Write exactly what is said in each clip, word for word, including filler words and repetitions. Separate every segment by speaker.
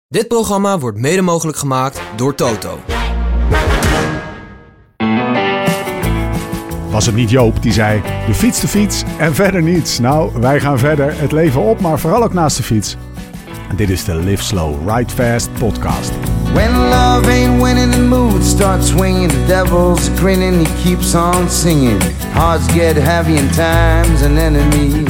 Speaker 1: Dit programma wordt mede mogelijk gemaakt door Toto.
Speaker 2: Was het niet Joop die zei, de fiets de fiets en verder niets. Nou, wij gaan verder, het leven op, maar vooral ook naast de fiets. En dit is de Live Slow, Ride Fast podcast.
Speaker 3: When love ain't winning, the mood starts swinging. The devil's grinning, he keeps on singing. Hearts get heavy and time's an enemy.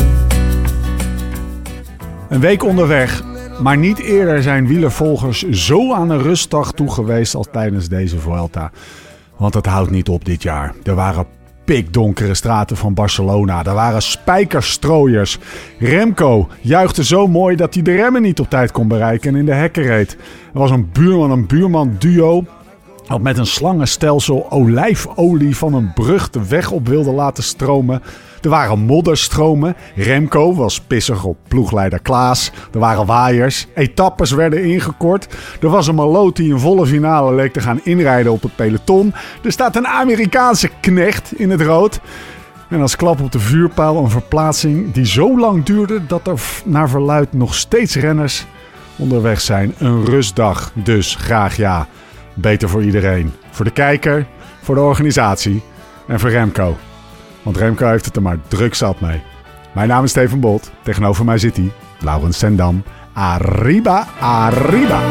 Speaker 2: Een week onderweg, maar niet eerder zijn wielervolgers zo aan een rustdag toe geweest als tijdens deze Vuelta. Want het houdt niet op dit jaar. Er waren pikdonkere straten van Barcelona. Er waren spijkerstrooiers. Remco juichte zo mooi dat hij de remmen niet op tijd kon bereiken en in de hekken reed. Er was een buurman een buurman duo dat met een slangenstelsel olijfolie van een brug de weg op wilde laten stromen. Er waren modderstromen. Remco was pissig op ploegleider Klaas. Er waren waaiers. Etappes werden ingekort. Er was een maloot die in volle finale leek te gaan inrijden op het peloton. Er staat een Amerikaanse knecht in het rood. En als klap op de vuurpijl een verplaatsing die zo lang duurde dat er naar verluidt nog steeds renners onderweg zijn. Een rustdag. Dus graag ja. Beter voor iedereen. Voor de kijker, voor de organisatie en voor Remco. Want Remco heeft het er maar druk zat mee. Mijn naam is Steven Bolt. Tegenover mij zit hij, Laurens ten Dam. Arriba, arriba.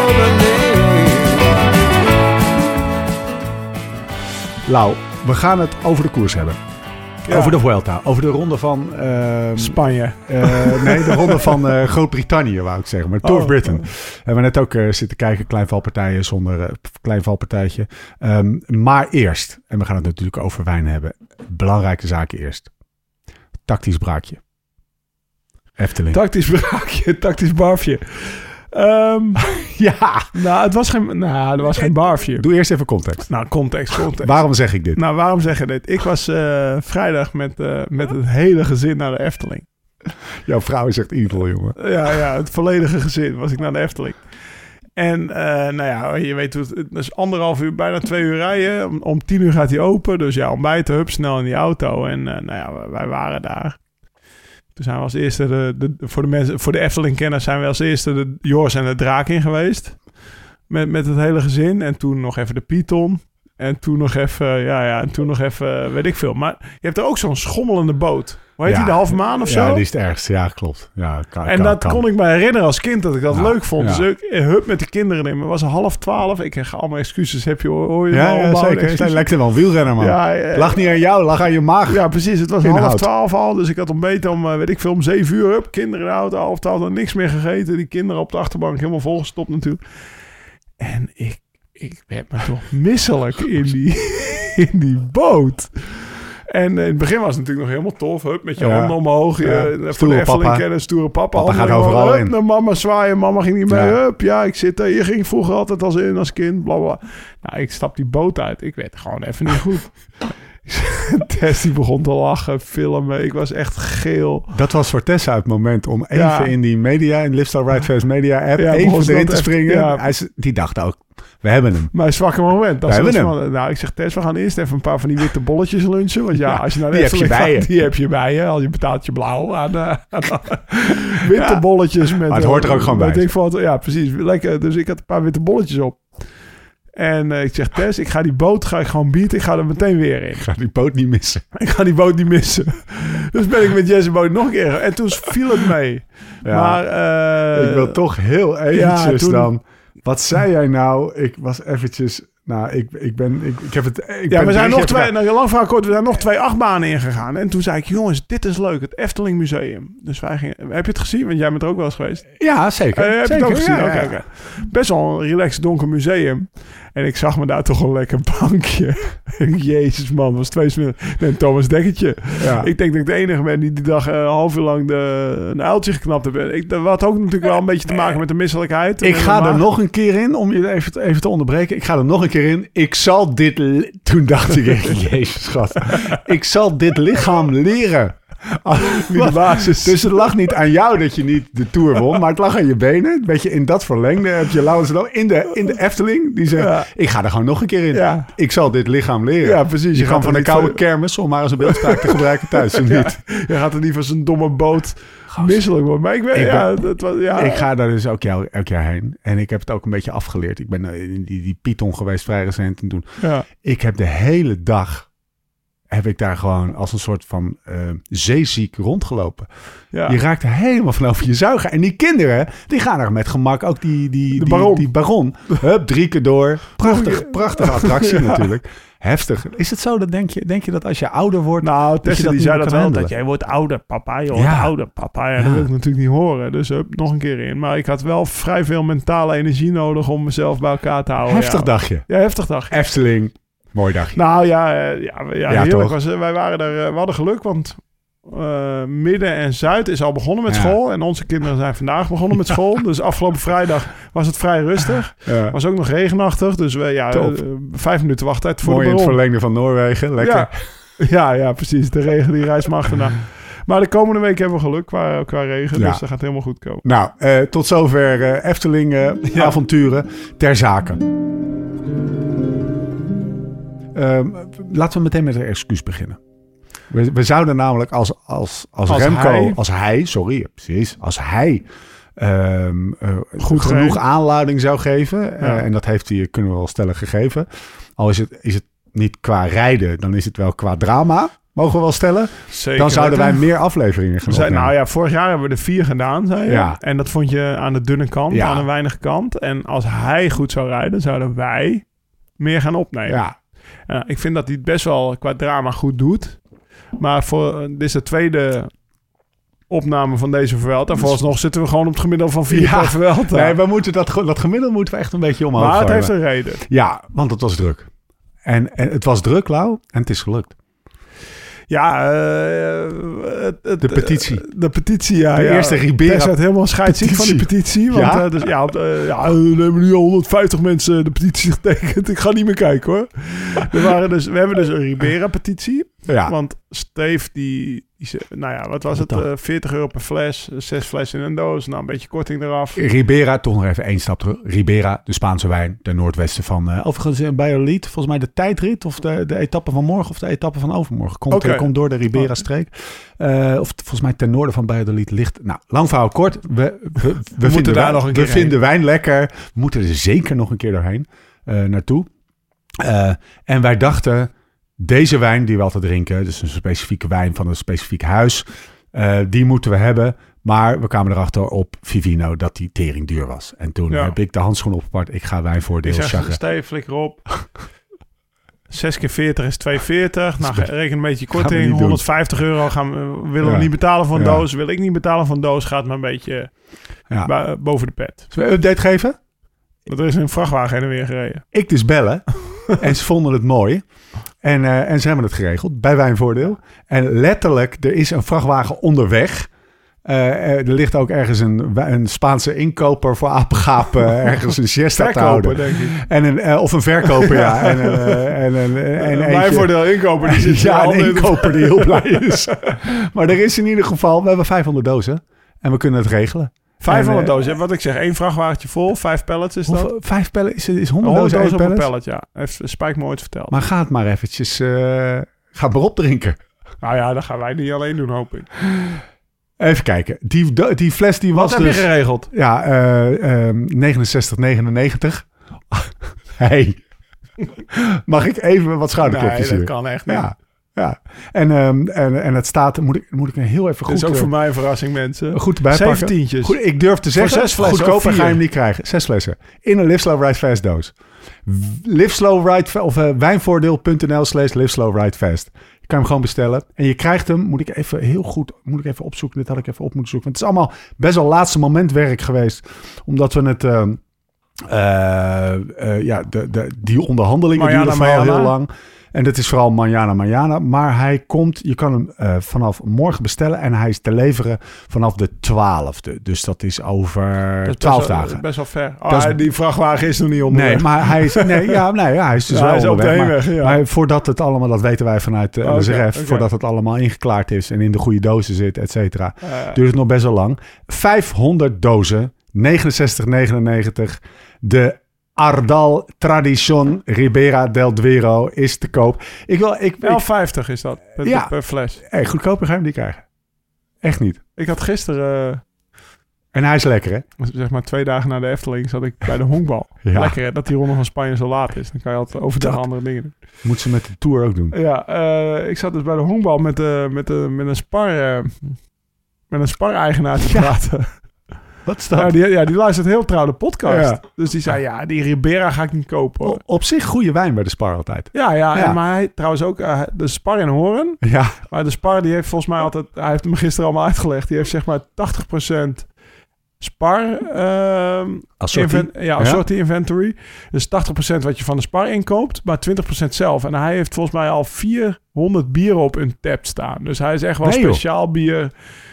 Speaker 2: Lau, we gaan het over de koers hebben. Ja. Over de Vuelta, over de ronde van... Uh,
Speaker 4: Spanje.
Speaker 2: Uh, nee, de ronde van uh, Groot-Brittannië, wou ik zeggen. Maar Tour of Britain. We hebben net ook uh, zitten kijken, klein valpartijen zonder uh, klein valpartijtje. Um, maar eerst, en we gaan het natuurlijk over wijn hebben. Belangrijke zaken eerst. Tactisch braakje. Efteling.
Speaker 4: Tactisch braakje, tactisch barfje. Um, ja. Nou, het was geen, nou, er was geen barfje.
Speaker 2: Doe eerst even context.
Speaker 4: Nou, context, context.
Speaker 2: Waarom zeg ik dit?
Speaker 4: Nou, waarom zeg je dit? Ik was uh, vrijdag met, uh, met het hele gezin naar de Efteling.
Speaker 2: Jouw vrouw is echt evil, jongen.
Speaker 4: Ja, ja, het volledige gezin was ik naar de Efteling. En uh, nou ja, je weet hoe het, het is anderhalf uur, bijna twee uur rijden. Om, om tien uur gaat hij open. Dus ja, ontbijten, hup, snel in die auto. En uh, nou ja, wij waren daar. Toen zijn we als eerste, de, de, voor de mensen, voor de Efteling-kenners zijn we als eerste de Joris en de Draak in geweest. Met, met het hele gezin. En toen nog even de Python. En toen nog even, ja, ja, en toen nog even, weet ik veel. Maar je hebt er ook zo'n schommelende boot. Hoe heet
Speaker 2: ja,
Speaker 4: die, de halve maan of zo?
Speaker 2: Ja, die is het ergste. Ja, klopt. Ja, kan,
Speaker 4: en
Speaker 2: kan,
Speaker 4: dat
Speaker 2: kan.
Speaker 4: kon ik me herinneren als kind, dat ik dat
Speaker 2: ja,
Speaker 4: leuk vond.
Speaker 2: Ja.
Speaker 4: Dus ik hup met de kinderen in. Het was half twaalf. Ik kreeg allemaal excuses. Heb je, hoor je
Speaker 2: ja,
Speaker 4: al
Speaker 2: ja, zeker. Hij lijkt wel een wielrenner, man. Ja, ja, lag niet aan jou, lag aan je maag.
Speaker 4: Ja, precies. Het was
Speaker 2: Inhoud.
Speaker 4: half twaalf al. Dus ik had ontbeten om, weet ik veel, om zeven uur. Hup, kinderen in de auto. Half twaalf, dan niks meer gegeten. Die kinderen op de achterbank helemaal volgestopt natuurlijk. En ik, ik werd me toch misselijk in die, in die boot. En in het begin was het natuurlijk nog helemaal tof. Hup, met je
Speaker 2: ja.
Speaker 4: handen omhoog. Je,
Speaker 2: Ja.
Speaker 4: Voor de Efteling kennen, stoere papa.
Speaker 2: Papa gaat overal
Speaker 4: hup,
Speaker 2: in.
Speaker 4: naar mama zwaaien. Mama ging niet mee.
Speaker 2: Ja.
Speaker 4: Hup, ja, ik zit er. Je ging vroeger altijd als in, als kind. Bla, bla. Nou, ik stap die boot uit. Ik werd gewoon even niet goed. Tess die begon te lachen, filmen. Ik was echt geel.
Speaker 2: Dat was voor Tessa het moment om even
Speaker 4: Ja.
Speaker 2: in die media, in Live Slow Ride Fast media app,
Speaker 4: Ja,
Speaker 2: even
Speaker 4: begon
Speaker 2: erin
Speaker 4: dat
Speaker 2: te springen.
Speaker 4: even- ja.
Speaker 2: Hij, die dacht ook, we hebben hem.
Speaker 4: Mijn zwakke moment. Dat
Speaker 2: We
Speaker 4: is
Speaker 2: hebben
Speaker 4: van, nou, ik zeg Tess, we gaan eerst even een paar van die witte bolletjes lunchen. Want ja,
Speaker 2: Ja,
Speaker 4: als je naar de
Speaker 2: die heb je
Speaker 4: Efteling
Speaker 2: bij
Speaker 4: gaat,
Speaker 2: je.
Speaker 4: die heb je bij je. Al je betaalt je blauw aan, uh, aan witte
Speaker 2: Ja.
Speaker 4: bolletjes. Met,
Speaker 2: Maar het hoort er ook gewoon
Speaker 4: met
Speaker 2: bij.
Speaker 4: Ik vond, ja, precies. Lekker. Dus ik had een paar witte bolletjes op. En uh, ik zeg, Tess, ik ga die boot ga ik gewoon bieten. Ik ga er meteen weer in.
Speaker 2: Ik ga die boot niet missen.
Speaker 4: Ik ga die boot niet missen. Dus ben ik met Jesse boot nog een keer. En toen viel het mee.
Speaker 2: Ja.
Speaker 4: Maar uh,
Speaker 2: ik wil toch heel eventjes
Speaker 4: ja, toen-
Speaker 2: dan... Wat zei jij nou? Ik was eventjes... Nou, ik, ik ben... Ik, ik heb het... Ik
Speaker 4: Ja,
Speaker 2: ben
Speaker 4: we zijn nog
Speaker 2: even-
Speaker 4: twee, nou, lang verhaal kort, we zijn nog twee achtbanen ingegaan. En toen zei ik, jongens, dit is leuk, het Efteling Museum. Dus wij gingen, heb je het gezien? Want jij bent er ook wel eens geweest.
Speaker 2: Ja, zeker.
Speaker 4: Uh, heb
Speaker 2: zeker.
Speaker 4: je het ook gezien?
Speaker 2: Ja,
Speaker 4: Oké,
Speaker 2: ja.
Speaker 4: oké. Best wel een relaxed donker museum. En ik zag me daar toch een lekker bankje. Jezus man, was twee smiddag. Nee, Thomas Dekkertje.
Speaker 2: Ja.
Speaker 4: Ik denk dat ik de enige ben die die dag uh, een half uur lang de, een uiltje geknapt heb. Ik, dat had ook natuurlijk wel een beetje te maken met de misselijkheid.
Speaker 2: Ik
Speaker 4: En
Speaker 2: ga
Speaker 4: de
Speaker 2: er
Speaker 4: maag.
Speaker 2: nog een keer in, om je even, even te onderbreken. Ik ga er nog een keer in. Ik zal dit... li- Toen dacht ik, jezus schat. Ik zal dit lichaam leren.
Speaker 4: Wie de baas is.
Speaker 2: Dus het lag niet aan jou dat je niet de Tour won, maar het lag aan je benen. Een beetje in dat verlengde heb je Laurens de Loop in de, in de Efteling. Die zegt, ja. ik ga er gewoon nog een keer in.
Speaker 4: Ja.
Speaker 2: Ik zal dit lichaam leren.
Speaker 4: Ja, precies.
Speaker 2: Je, je kan van de koude van... kermis, om maar eens een beeldspraak te gebruiken thuis. Of
Speaker 4: ja.
Speaker 2: niet?
Speaker 4: Je gaat er niet van zo'n domme boot misselijk worden. Maar ik, ben, ik, ja, ben, dat was, ja.
Speaker 2: ik ga daar dus ook jou, elk jaar heen. En ik heb het ook een beetje afgeleerd. Ik ben in die, die Python geweest vrij recent en toen.
Speaker 4: Ja.
Speaker 2: Ik heb de hele dag... heb ik daar gewoon als een soort van uh, zeeziek rondgelopen. Ja. Je raakt er helemaal van over je zuigen. En die kinderen, die gaan er met gemak ook die, die,
Speaker 4: de
Speaker 2: die,
Speaker 4: baron.
Speaker 2: die baron. Hup, drie keer door. Prachtig, prachtige attractie ja. natuurlijk. Heftig. Is het zo dat denk je, denk je dat als je ouder wordt...
Speaker 4: Nou, Tessa die zei dat wel,
Speaker 2: handelen?
Speaker 4: dat jij wordt ouder, papa. Je wordt ja. ouder, papa. Ja, ja. Dat wil ik natuurlijk niet horen. Dus hup, nog een keer in. Maar ik had wel vrij veel mentale energie nodig om mezelf bij elkaar te houden.
Speaker 2: Heftig
Speaker 4: ja.
Speaker 2: dagje.
Speaker 4: Ja, heftig dagje.
Speaker 2: Efteling. Mooi dagje.
Speaker 4: Nou ja, ja, ja, ja heerlijk. Was, wij waren er, we hadden geluk, want uh, Midden en Zuid is al begonnen met ja. school. En onze kinderen zijn vandaag begonnen met school. Dus afgelopen vrijdag was het vrij rustig. Ja. Was ook nog regenachtig. Dus we, ja, uh, vijf minuten wachttijd voor
Speaker 2: Mooi
Speaker 4: de
Speaker 2: Mooi
Speaker 4: bron.
Speaker 2: in het verlengde van Noorwegen. Lekker.
Speaker 4: Ja. ja, ja, precies. De regen die reist me achterna. Maar de komende week hebben we geluk qua, qua regen. Ja. Dus dat gaat helemaal goed komen.
Speaker 2: Nou, uh, tot zover uh, Efteling uh, ja. avonturen ter zake. Uh, laten we meteen met een excuus beginnen. We, we zouden namelijk als, als, als, als Remco, hij, als hij, sorry, precies, als hij um, uh, goed genoeg aanleiding zou geven, ja. uh, en dat heeft hij, kunnen we wel stellen, gegeven. Al is het, is het niet qua rijden, dan is het wel qua drama, mogen we wel stellen.
Speaker 4: Zeker,
Speaker 2: dan zouden wij meer afleveringen gaan opnemen.
Speaker 4: Nou ja, vorig jaar hebben we er vier gedaan, zei je. Ja. En dat vond je aan de dunne kant, ja. aan de weinig kant. En als hij goed zou rijden, zouden wij meer gaan opnemen.
Speaker 2: Ja.
Speaker 4: Uh, ik vind dat hij het best wel qua drama goed doet. Maar voor, uh, dit is de tweede opname van deze Vuelta. Vooralsnog zitten we gewoon op het gemiddelde van vier ja. per Vuelta.
Speaker 2: Nee, we moeten dat, dat gemiddelde moeten we echt een beetje omhoog
Speaker 4: Maar het
Speaker 2: vormen.
Speaker 4: heeft een reden.
Speaker 2: Ja, want het was druk. En, en het was druk, Lau, en het is gelukt.
Speaker 4: Ja, uh, het, het,
Speaker 2: de petitie.
Speaker 4: Uh, de petitie, ja.
Speaker 2: De
Speaker 4: ja.
Speaker 2: eerste Ribera.
Speaker 4: Tess had helemaal scheidsziek van die petitie. Want ja? Uh, dus, ja, uh, ja, we hebben nu al honderdvijftig mensen de petitie getekend. Ik ga niet meer kijken, hoor. We, waren dus, we hebben dus een Ribera-petitie. Ja. Want Steve, die, die... Nou ja, wat was het? Uh, veertig euro per fles. Zes flessen in een doos. Nou, een beetje korting eraf.
Speaker 2: Ribera, toch nog even één stap terug. Ribera, de Spaanse wijn. De noordwesten van... Uh, overigens uh, bij Elite, volgens mij de tijdrit. Of de, de etappe van morgen of de etappe van overmorgen. Komt, okay. uh, komt door de Ribera-streek. Uh, of volgens mij ten noorden van Valladolid ligt... Nou, lang verhaal kort. We, we, we, we vinden, daar wijn, nog een keer we vinden wijn lekker. We moeten er zeker nog een keer doorheen. Uh, naartoe. Uh, en wij dachten... Deze wijn die we altijd drinken, dus een specifieke wijn van een specifiek huis, uh, die moeten we hebben. Maar we kwamen erachter op Vivino dat die tering duur was. En toen ja. heb ik de handschoen opgepakt. Ik ga wijnvoordeel chaggen.
Speaker 4: Stijf, flikker op. zes keer veertig is tweehonderdveertig. Nou, reken een beetje korting. honderdvijftig euro gaan we, willen ja. we niet betalen voor een ja. doos. Wil ik niet betalen voor een doos. Gaat maar een beetje ja. b- boven de pet.
Speaker 2: Zullen we een update geven?
Speaker 4: Want er is een vrachtwagen heen en weer gereden.
Speaker 2: Ik dus bellen. En ze vonden het mooi. En, uh, en ze hebben het geregeld bij Wijnvoordeel. En letterlijk, er is een vrachtwagen onderweg. Uh, er ligt ook ergens een, een Spaanse inkoper voor apengapen. Uh, ergens een siesta te houden.
Speaker 4: Denk ik.
Speaker 2: En een, uh, of een verkoper, ja. En een, uh, en een, en
Speaker 4: een Wijnvoordeel inkoper. Die zit
Speaker 2: ja, een inkoper die heel blij is. Maar er is in ieder geval, we hebben vijfhonderd dozen. En we kunnen het regelen.
Speaker 4: vijfhonderd dozen, uh, wat ik zeg, één vrachtwagentje vol, vijf pallets is dat?
Speaker 2: Hoeveel, vijf pallets, is, is honderd dozen
Speaker 4: op een pallet, ja. Heeft Spijk me ooit verteld.
Speaker 2: Maar ga het maar eventjes, uh, ga maar opdrinken.
Speaker 4: Nou ja, dat gaan wij niet alleen doen, hoop ik.
Speaker 2: Even kijken, die, die fles die was
Speaker 4: wat
Speaker 2: dus...
Speaker 4: heb je geregeld?
Speaker 2: Ja, uh, uh, negenenzestig negenennegentig. Hey, mag ik even wat schouderklopjes
Speaker 4: Nee,
Speaker 2: hier?
Speaker 4: dat kan echt niet.
Speaker 2: Ja. Ja, en, um, en, en het staat, moet ik, moet ik een heel even goed...
Speaker 4: Dat is ook voor mij een verrassing, mensen.
Speaker 2: Goed bijpakken.
Speaker 4: Zeventientjes.
Speaker 2: Goed, ik durf te zeggen,
Speaker 4: zes flessen,
Speaker 2: goedkoper ga je hem niet krijgen. Zes flessen. In een Live Slow Ride Fast doos. Live Slow Ride, of uh, wijnvoordeel.nl slash Live Slow Ride Fast. Je kan hem gewoon bestellen. En je krijgt hem, moet ik even heel goed, moet ik even opzoeken. Dit had ik even op moeten zoeken. Want het is allemaal best wel laatste moment werk geweest. Omdat we het... Uh, uh, uh, ja, de, de, die onderhandelingen duren vooral heel lang. En dat is vooral manjana manjana. Maar hij komt, je kan hem uh, vanaf morgen bestellen. En hij is te leveren vanaf de twaalfde. Dus dat is over twaalf dagen.
Speaker 4: Dat is best wel ver. Oh, is, die vrachtwagen is nog niet onderweg.
Speaker 2: Nee, maar hij is, nee, ja, nee, ja, hij is dus ja, wel hij is onderweg. Op de heenweg, maar, ja. maar voordat het allemaal, dat weten wij vanuit de L S R F. Okay, okay. Voordat het allemaal ingeklaard is en in de goede dozen zit, et cetera. Uh, duurt het nog best wel lang. vijfhonderd dozen, negenenzestig negenennegentig. De Ardal Tradition Ribera del Duero is te koop. Ik wil, ik,
Speaker 4: elf vijftig is dat per, ja. per fles.
Speaker 2: Hey, goedkoper ga je hem niet krijgen. Echt niet.
Speaker 4: Ik had gisteren... Uh,
Speaker 2: en hij is lekker, hè?
Speaker 4: Zeg maar twee dagen na de Efteling zat ik bij de honkbal. Ja. Lekker, hè? Dat die ronde van Spanje zo laat is. Dan kan je altijd overdag andere dingen doen.
Speaker 2: Moet ze met de Tour ook doen.
Speaker 4: Ja, uh, ik zat dus bij de honkbal met, uh, met, uh, met een spar... Uh, met een spar-eigenaar te praten. Ja.
Speaker 2: Wat is dat?
Speaker 4: Ja, die, ja, die luistert heel trouw de podcast. Ja. Dus die zei, ja, die Ribera ga ik niet kopen.
Speaker 2: Op, op zich goede wijn bij de Spar altijd.
Speaker 4: Ja, ja, ja. En, maar hij trouwens ook uh, de Spar in Hoorn.
Speaker 2: Ja.
Speaker 4: Maar de Spar die heeft volgens mij altijd... Hij heeft hem gisteren allemaal uitgelegd. Die heeft zeg maar tachtig procent Spar... Uh, inven- ja, assortie ja. inventory. Dus tachtig procent wat je van de Spar inkoopt, maar twintig procent zelf. En hij heeft volgens mij al vierhonderd bieren op een tap staan. Dus hij is echt wel nee, speciaal joh. bier...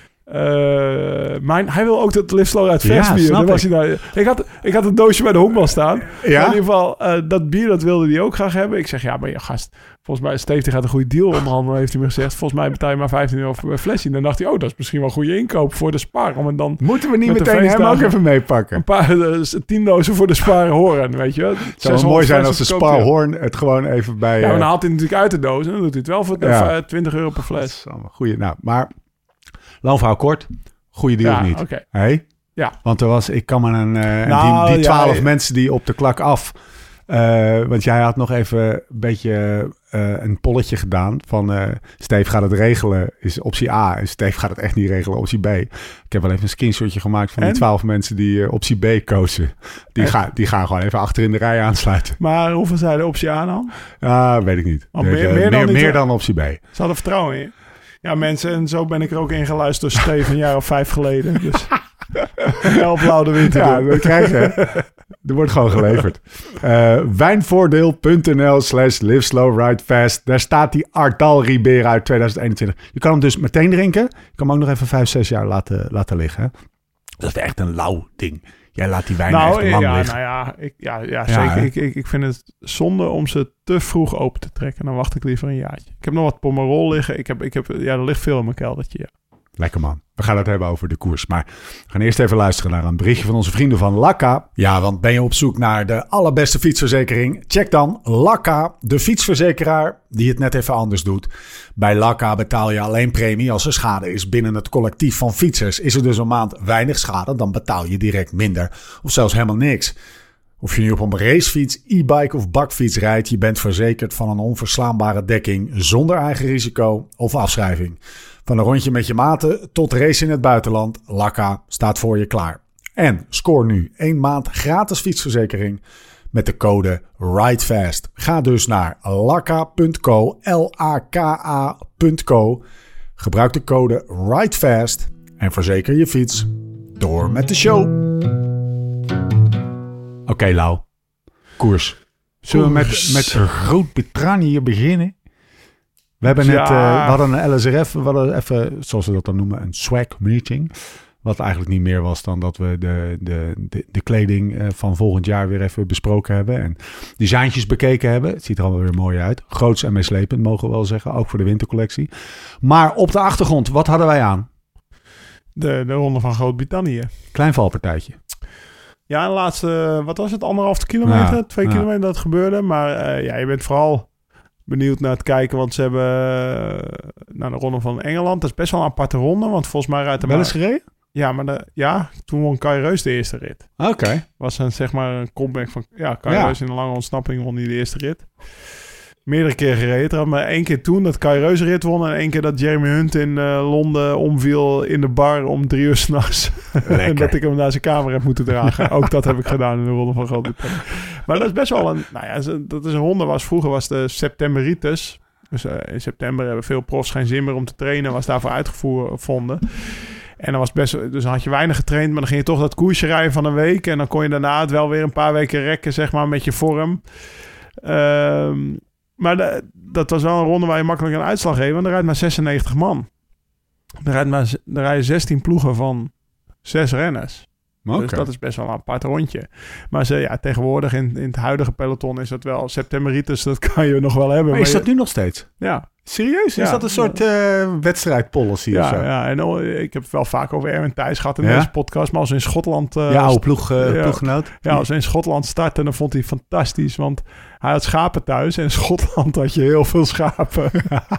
Speaker 4: Uh, mijn, hij wil ook dat Live Slow uit vers bier. Ja, was hij daar. Ik, had, ik had een doosje bij de honkbal staan. Ja? In ieder geval, uh, dat bier dat wilde hij ook graag hebben. Ik zeg, ja, maar ja, gast, volgens mij, Steve die gaat een goede deal onderhandelen, heeft hij me gezegd. Volgens mij betaal je maar vijftien euro voor een flesje. En dan dacht hij, oh, dat is misschien wel een goede inkoop voor de Spar. Om dan
Speaker 2: moeten we niet meteen hem ook even meepakken?
Speaker 4: Een paar, uh, tien dozen voor de Spar Hoorn, weet je.
Speaker 2: Het zou wel mooi zijn als de Spar Hoorn het gewoon even bij...
Speaker 4: Ja, maar dan haalt hij natuurlijk uit de doos en dan doet hij het wel voor ja. uh, twintig euro per fles.
Speaker 2: Goeie, nou, maar lang verhaal kort... Goeie deal
Speaker 4: ja,
Speaker 2: niet.
Speaker 4: Okay.
Speaker 2: Hey?
Speaker 4: Ja.
Speaker 2: Want er was, ik kan me een, uh, nou, die, die twaalf ja, mensen die op de klak af. Uh, want jij had nog even een beetje uh, een polletje gedaan van uh, Steve gaat het regelen, is optie A. En Steve gaat het echt niet regelen, optie B. Ik heb wel even een screenshotje gemaakt van en? die twaalf mensen die uh, optie B kozen. Die, ga, die gaan gewoon even achter in de rij aansluiten.
Speaker 4: Maar hoeveel zeiden optie A dan?
Speaker 2: Ja, uh, weet ik niet.
Speaker 4: Oh, meer, uh, meer, dan,
Speaker 2: meer, meer dan optie B.
Speaker 4: Ze hadden vertrouwen in je. Ja, mensen, en zo ben ik er ook in geluisterd door Steve een jaar of vijf geleden. Dus help Laude Winter.
Speaker 2: Ja, dat krijg je. Er wordt gewoon geleverd. Uh, wijnvoordeel.nl slash live slow ride fast. Daar staat die Ardal Ribera uit tweeduizend eenentwintig. Je kan hem dus meteen drinken. Je kan hem ook nog even vijf, zes jaar laten, laten liggen. Hè? Dat is echt een lauw ding. Jij laat die wijn
Speaker 4: nou,
Speaker 2: echt lang
Speaker 4: ja,
Speaker 2: liggen.
Speaker 4: Nou ja, ik, ja, ja, ja zeker. Ik, ik, ik vind het zonde om ze te vroeg open te trekken. Dan wacht ik liever een jaartje. Ik heb nog wat Pomerol liggen. Ik heb, ik heb, ja, er ligt veel in mijn keldertje, ja.
Speaker 2: Lekker man. We gaan het hebben over de koers. Maar we gaan eerst even luisteren naar een berichtje van onze vrienden van Lakka. Ja, want ben je op zoek naar de allerbeste fietsverzekering? Check dan Lakka, de fietsverzekeraar die het net even anders doet. Bij Lakka betaal je alleen premie als er schade is binnen het collectief van fietsers. Is er dus een maand weinig schade, dan betaal je direct minder. Of zelfs helemaal niks. Of je nu op een racefiets, e-bike of bakfiets rijdt, je bent verzekerd van een onverslaanbare dekking zonder eigen risico of afschrijving. Van een rondje met je maten tot race in het buitenland, Lakka staat voor je klaar. En scoor nu één maand gratis fietsverzekering met de code RIDEFAST. Ga dus naar lakka punt co, L A K A punt co. Gebruik de code RIDEFAST en verzeker je fiets. Door met de show. Oké, okay, Lau. Koers. Zullen Koers. we met, met Groot-Brittannië beginnen? We hebben net, ja. uh, we hadden een L S R F, we hadden even, zoals we dat dan noemen, een swag meeting. Wat eigenlijk niet meer was dan dat we de, de, de, de kleding uh, van volgend jaar weer even besproken hebben. En designtjes bekeken hebben. Het ziet er allemaal weer mooi uit. Groots en meeslepend, mogen we wel zeggen. Ook voor de wintercollectie. Maar op de achtergrond, wat hadden wij aan?
Speaker 4: De, de ronde van Groot-Brittannië.
Speaker 2: Klein valpartijtje.
Speaker 4: Ja, de laatste, wat was het, anderhalf kilometer? Ja, twee ja. kilometer dat gebeurde. Maar uh, ja, je bent vooral benieuwd naar het kijken, want ze hebben uh, naar de ronde van Engeland. Dat is best wel een aparte ronde, want volgens mij rijdt er
Speaker 2: wel eens gereden?
Speaker 4: Ja, maar de, ja, toen won Kai Reus de eerste rit.
Speaker 2: Oké. Okay.
Speaker 4: Was een, zeg maar een comeback van ja, Kai ja. Reus in een lange ontsnapping won hij de eerste rit. Meerdere keer gereden, maar één keer toen dat Kai Reus rit won en één keer dat Jeremy Hunt in uh, Londen omviel in de bar om drie uur s'nachts. En dat ik hem naar zijn kamer heb moeten dragen. Ook dat heb ik gedaan in de ronde van Groot-Brittannië. Maar dat is best wel een, nou ja, dat is een ronde was vroeger was de Septemberitis. Dus uh, in september hebben veel profs geen zin meer om te trainen, was daarvoor uitgevonden. En dan was best, dus dan had je weinig getraind, maar dan ging je toch dat koersje rijden van een week. En dan kon je daarna het wel weer een paar weken rekken, zeg maar, met je vorm. Um, Maar de, dat was wel een ronde waar je makkelijk een uitslag geeft. Want er rijdt maar zesennegentig man. Er, rijdt maar, er rijden zestien ploegen van zes renners. Okay. Dus dat is best wel een apart rondje. Maar ze, ja, tegenwoordig in, in het huidige peloton is dat wel septemberitis. Dat kan je nog wel hebben.
Speaker 2: Maar is
Speaker 4: maar
Speaker 2: dat
Speaker 4: je,
Speaker 2: nu nog steeds?
Speaker 4: Ja.
Speaker 2: Serieus? Is
Speaker 4: ja,
Speaker 2: dat een soort uh, wedstrijdpolicy
Speaker 4: ja,
Speaker 2: of zo?
Speaker 4: Ja, en oh, ik heb het wel vaak over Erwin Thijs gehad in
Speaker 2: ja?
Speaker 4: deze podcast. Maar als we in Schotland... Uh,
Speaker 2: ja, oude ploeg, uh,
Speaker 4: ja,
Speaker 2: ploeggenoot.
Speaker 4: Ja, als we in Schotland starten, dan vond hij het fantastisch. Want hij had schapen thuis. En in Schotland had je heel veel schapen.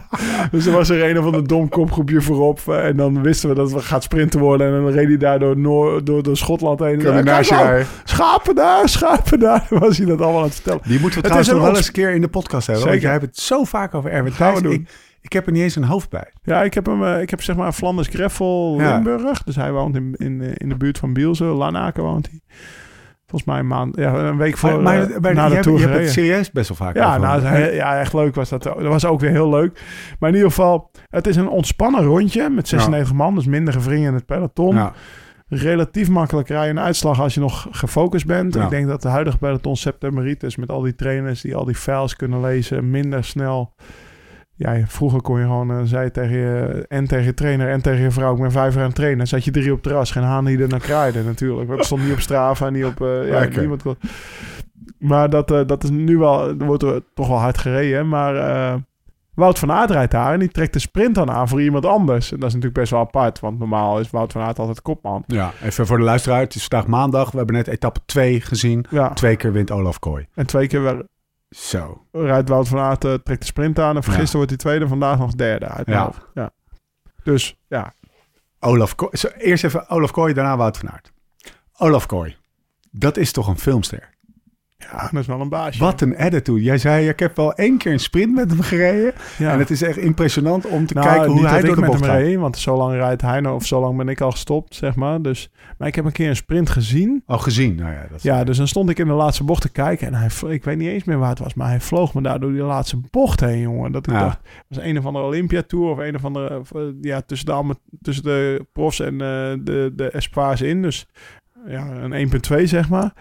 Speaker 4: Dus er was er een of ander dom kopgroepje voorop. En dan wisten we dat we gaat sprinten worden. En dan reed hij daar door, Noor, door, door Schotland heen.
Speaker 2: Kan
Speaker 4: Kijk nou, schapen daar, schapen daar. Dan was hij dat allemaal aan het vertellen.
Speaker 2: Die moeten we trouwens nog wel eens een keer in de podcast hebben.
Speaker 4: Zeker.
Speaker 2: Want jij hebt het zo vaak over Erwin Thijs. Ik, ik heb er niet eens een hoofd bij.
Speaker 4: Ja, ik heb hem, uh, ik heb zeg maar Flanders Greffel,
Speaker 2: ja.
Speaker 4: Limburg. Dus hij woont in, in, in de buurt van Bielse. Lanaken woont hij. Volgens mij een maand, ja, een week voor
Speaker 2: maar, maar, maar,
Speaker 4: na de
Speaker 2: je
Speaker 4: Tour
Speaker 2: hebt,
Speaker 4: gereden.
Speaker 2: Je hebt het serieus best wel vaak
Speaker 4: ja,
Speaker 2: over.
Speaker 4: Nou, hij, ja, echt leuk was dat. Dat was ook weer heel leuk. Maar in ieder geval, het is een ontspannen rondje met zesennegentig ja. man. Dus minder gevringen in het peloton. Ja. Relatief makkelijk rijden een uitslag als je nog gefocust bent. Ja. Ik denk dat de huidige peloton septemberitis met al die trainers die al die files kunnen lezen, minder snel... Ja, vroeger kon je gewoon, uh, zei tegen je, en tegen je trainer en tegen je vrouw, ik ben vijf jaar aan het trainen. Zat je drie op het terras, geen haan die er naar kraaide natuurlijk. Dat stond niet op Strava, niet op, uh, ja, okay. niemand kon. Maar dat, uh, dat is nu wel, er wordt er toch wel hard gereden. Maar uh, Wout van Aert rijdt daar en die trekt de sprint dan aan voor iemand anders. En dat is natuurlijk best wel apart, want normaal is Wout van Aert altijd kopman.
Speaker 2: Ja, even voor de luisteraar, het is vandaag maandag. We hebben net etappe twee gezien. Ja. Twee keer wint Olaf Kooi.
Speaker 4: En twee keer weer...
Speaker 2: Zo.
Speaker 4: Rijdt Wout van Aert, uh, trekt de sprint aan. En gisteren ja. wordt hij tweede, vandaag nog derde uit.
Speaker 2: Ja.
Speaker 4: ja. Dus, ja.
Speaker 2: Olaf Kooi. Zo, eerst even Olaf Kooi, daarna Wout van Aert. Olaf Kooi. Dat is toch een filmster?
Speaker 4: Ja, dat is wel een baasje.
Speaker 2: Wat een attitude. Jij zei, ik heb wel één keer een sprint met hem gereden. Ja. En het is echt impressionant om te nou, kijken hoe hij door de bocht gaat. Reed,
Speaker 4: want zo lang rijdt hij nou, of zo lang ben ik al gestopt, zeg maar. Dus, maar ik heb een keer een sprint gezien.
Speaker 2: Oh, gezien? Nou ja, dat is
Speaker 4: ja, ja, dus dan stond ik in de laatste bocht te kijken. En hij, ik weet niet eens meer waar het was, maar hij vloog me daar door die laatste bocht heen, jongen. Dat ik ja. dacht, het was een of andere Olympia Tour of een of andere, ja, tussen de, tussen de profs en uh, de, de Espoirs in. Dus ja, een één komma twee, zeg maar.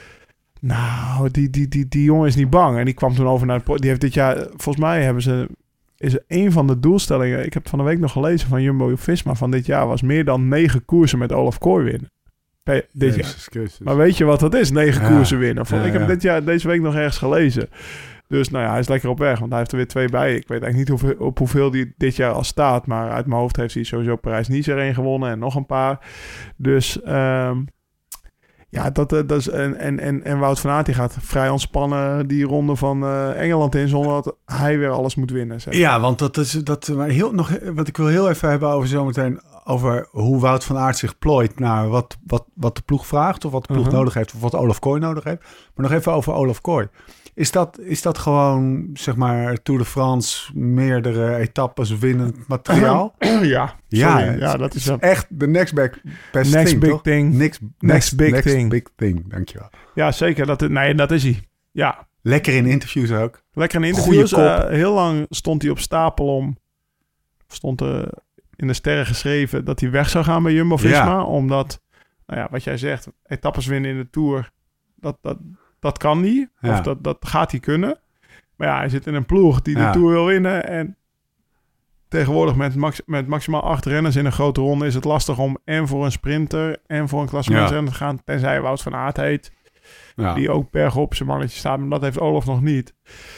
Speaker 4: Nou, die, die, die, die jongen is niet bang. En die kwam toen over naar het... Die heeft dit jaar... Volgens mij hebben ze... Is een van de doelstellingen... Ik heb van de week nog gelezen van Jumbo-Visma van dit jaar... was meer dan negen koersen met Olaf Kooi winnen. Dit Jezus, jaar. Maar weet je wat dat is? Negen ja. koersen winnen. Van, ja, ik heb ja. dit jaar, deze week nog ergens gelezen. Dus nou ja, hij is lekker op weg. Want hij heeft er weer twee bij. Ik weet eigenlijk niet hoeveel, op hoeveel die dit jaar al staat. Maar uit mijn hoofd heeft hij sowieso Parijs-Nice er een gewonnen. En nog een paar. Dus... Um, Ja, dat, dat is, en, en, en, en Wout van Aert die gaat vrij ontspannen die ronde van uh, Engeland in... zonder dat hij weer alles moet winnen. Zeg.
Speaker 2: Ja, want dat is dat, maar heel, nog, wat ik wil heel even hebben over zometeen... over hoe Wout van Aert zich plooit naar wat, wat, wat de ploeg vraagt... of wat de ploeg uh-huh. nodig heeft of wat Olaf Kooi nodig heeft. Maar nog even over Olaf Kooi. Is dat, is dat gewoon, zeg maar, Tour de France... meerdere etappes winnend materiaal?
Speaker 4: Ja,
Speaker 2: ja,
Speaker 4: ja, dat is,
Speaker 2: is echt de next big, best
Speaker 4: next
Speaker 2: thing,
Speaker 4: big
Speaker 2: toch?
Speaker 4: thing.
Speaker 2: Next,
Speaker 4: next,
Speaker 2: next
Speaker 4: big
Speaker 2: next
Speaker 4: thing.
Speaker 2: big thing, dankjewel.
Speaker 4: Ja, zeker. Dat, nee, dat is hij. Ja.
Speaker 2: Lekker in interviews ook.
Speaker 4: Lekker in interviews. Uh, heel lang stond hij op stapel om... Stond er in de sterren geschreven dat hij weg zou gaan bij Jumbo-Visma. Ja. Omdat, nou ja, wat jij zegt, etappes winnen in de Tour... Dat, dat, dat kan niet. Ja. Of dat, dat gaat hij kunnen. Maar ja, hij zit in een ploeg die ja. de Tour wil winnen. En tegenwoordig met, max, met maximaal acht renners in een grote ronde... is het lastig om en voor een sprinter en voor een klassementsrenner te gaan. Tenzij Wout van Aert heet. Ja. Die ook bergop zijn mannetje staat. Maar dat heeft Olaf nog niet.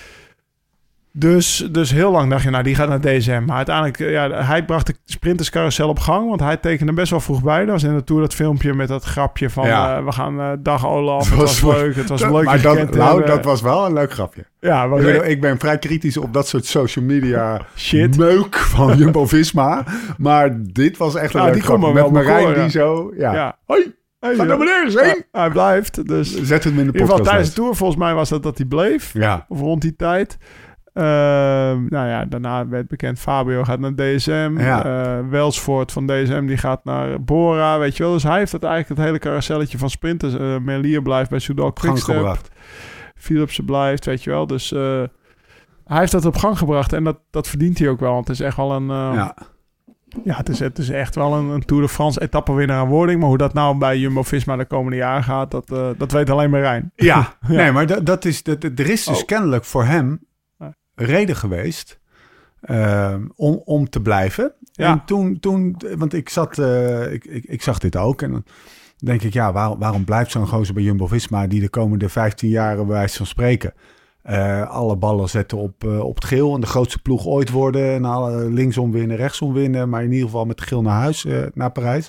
Speaker 4: Dus, dus heel lang dacht je, nou, die gaat naar D S M. Maar uiteindelijk, ja, hij bracht de sprinterscarousel op gang. Want hij tekende best wel vroeg bij. Dat was in de Tour dat filmpje met dat grapje van... Ja. Uh, we gaan uh, dag Olaf, het was, het was leuk. Het was dat, leuk.
Speaker 2: Maar dat, nou, dat was wel een leuk grapje.
Speaker 4: Ja,
Speaker 2: ik, ben, ik ben vrij kritisch op dat soort social media
Speaker 4: shit.
Speaker 2: Meuk van Jumbo-Visma. Maar dit was echt een nou, leuk die grapje. Met Marijn die zo... Ja. Ja. Hoi. Hey, gaat naar beneden heen.
Speaker 4: Ja, hij blijft. Dus
Speaker 2: zet het in de podcast.
Speaker 4: In ieder geval tijdens de Tour, volgens mij was dat dat hij bleef.
Speaker 2: Ja.
Speaker 4: Of rond die tijd. Uh, nou ja, daarna werd bekend Fabio gaat naar D S M. Ja. Uh, Welsford van D S M die gaat naar Bora, weet je wel. Dus hij heeft het eigenlijk het hele carouselletje van sprinters. Uh, Merlier blijft bij Soudal Quickstep. Philipsen blijft, weet je wel. Dus uh, hij heeft dat op gang gebracht en dat, dat verdient hij ook wel. Want het is echt wel een... Uh, ja. Ja, het is, het is echt wel een, een Tour de France etappenwinnaar aan wording. Maar hoe dat nou bij Jumbo-Visma de komende jaren gaat, dat, uh, dat weet alleen Marijn.
Speaker 2: Ja, ja. Nee, maar dat, dat is, dat, er is dus oh. kennelijk voor hem... reden geweest uh, om, om te blijven.
Speaker 4: Ja.
Speaker 2: En toen, toen, want ik zat, uh, ik, ik, ik zag dit ook en dan denk ik, ja, waar, waarom blijft zo'n gozer bij Jumbo-Visma die de komende vijftien jaren bij wijze van spreken uh, alle ballen zetten op, uh, op het geel en de grootste ploeg ooit worden en alle linksom winnen, rechtsom winnen, maar in ieder geval met geel naar huis, uh, naar Parijs.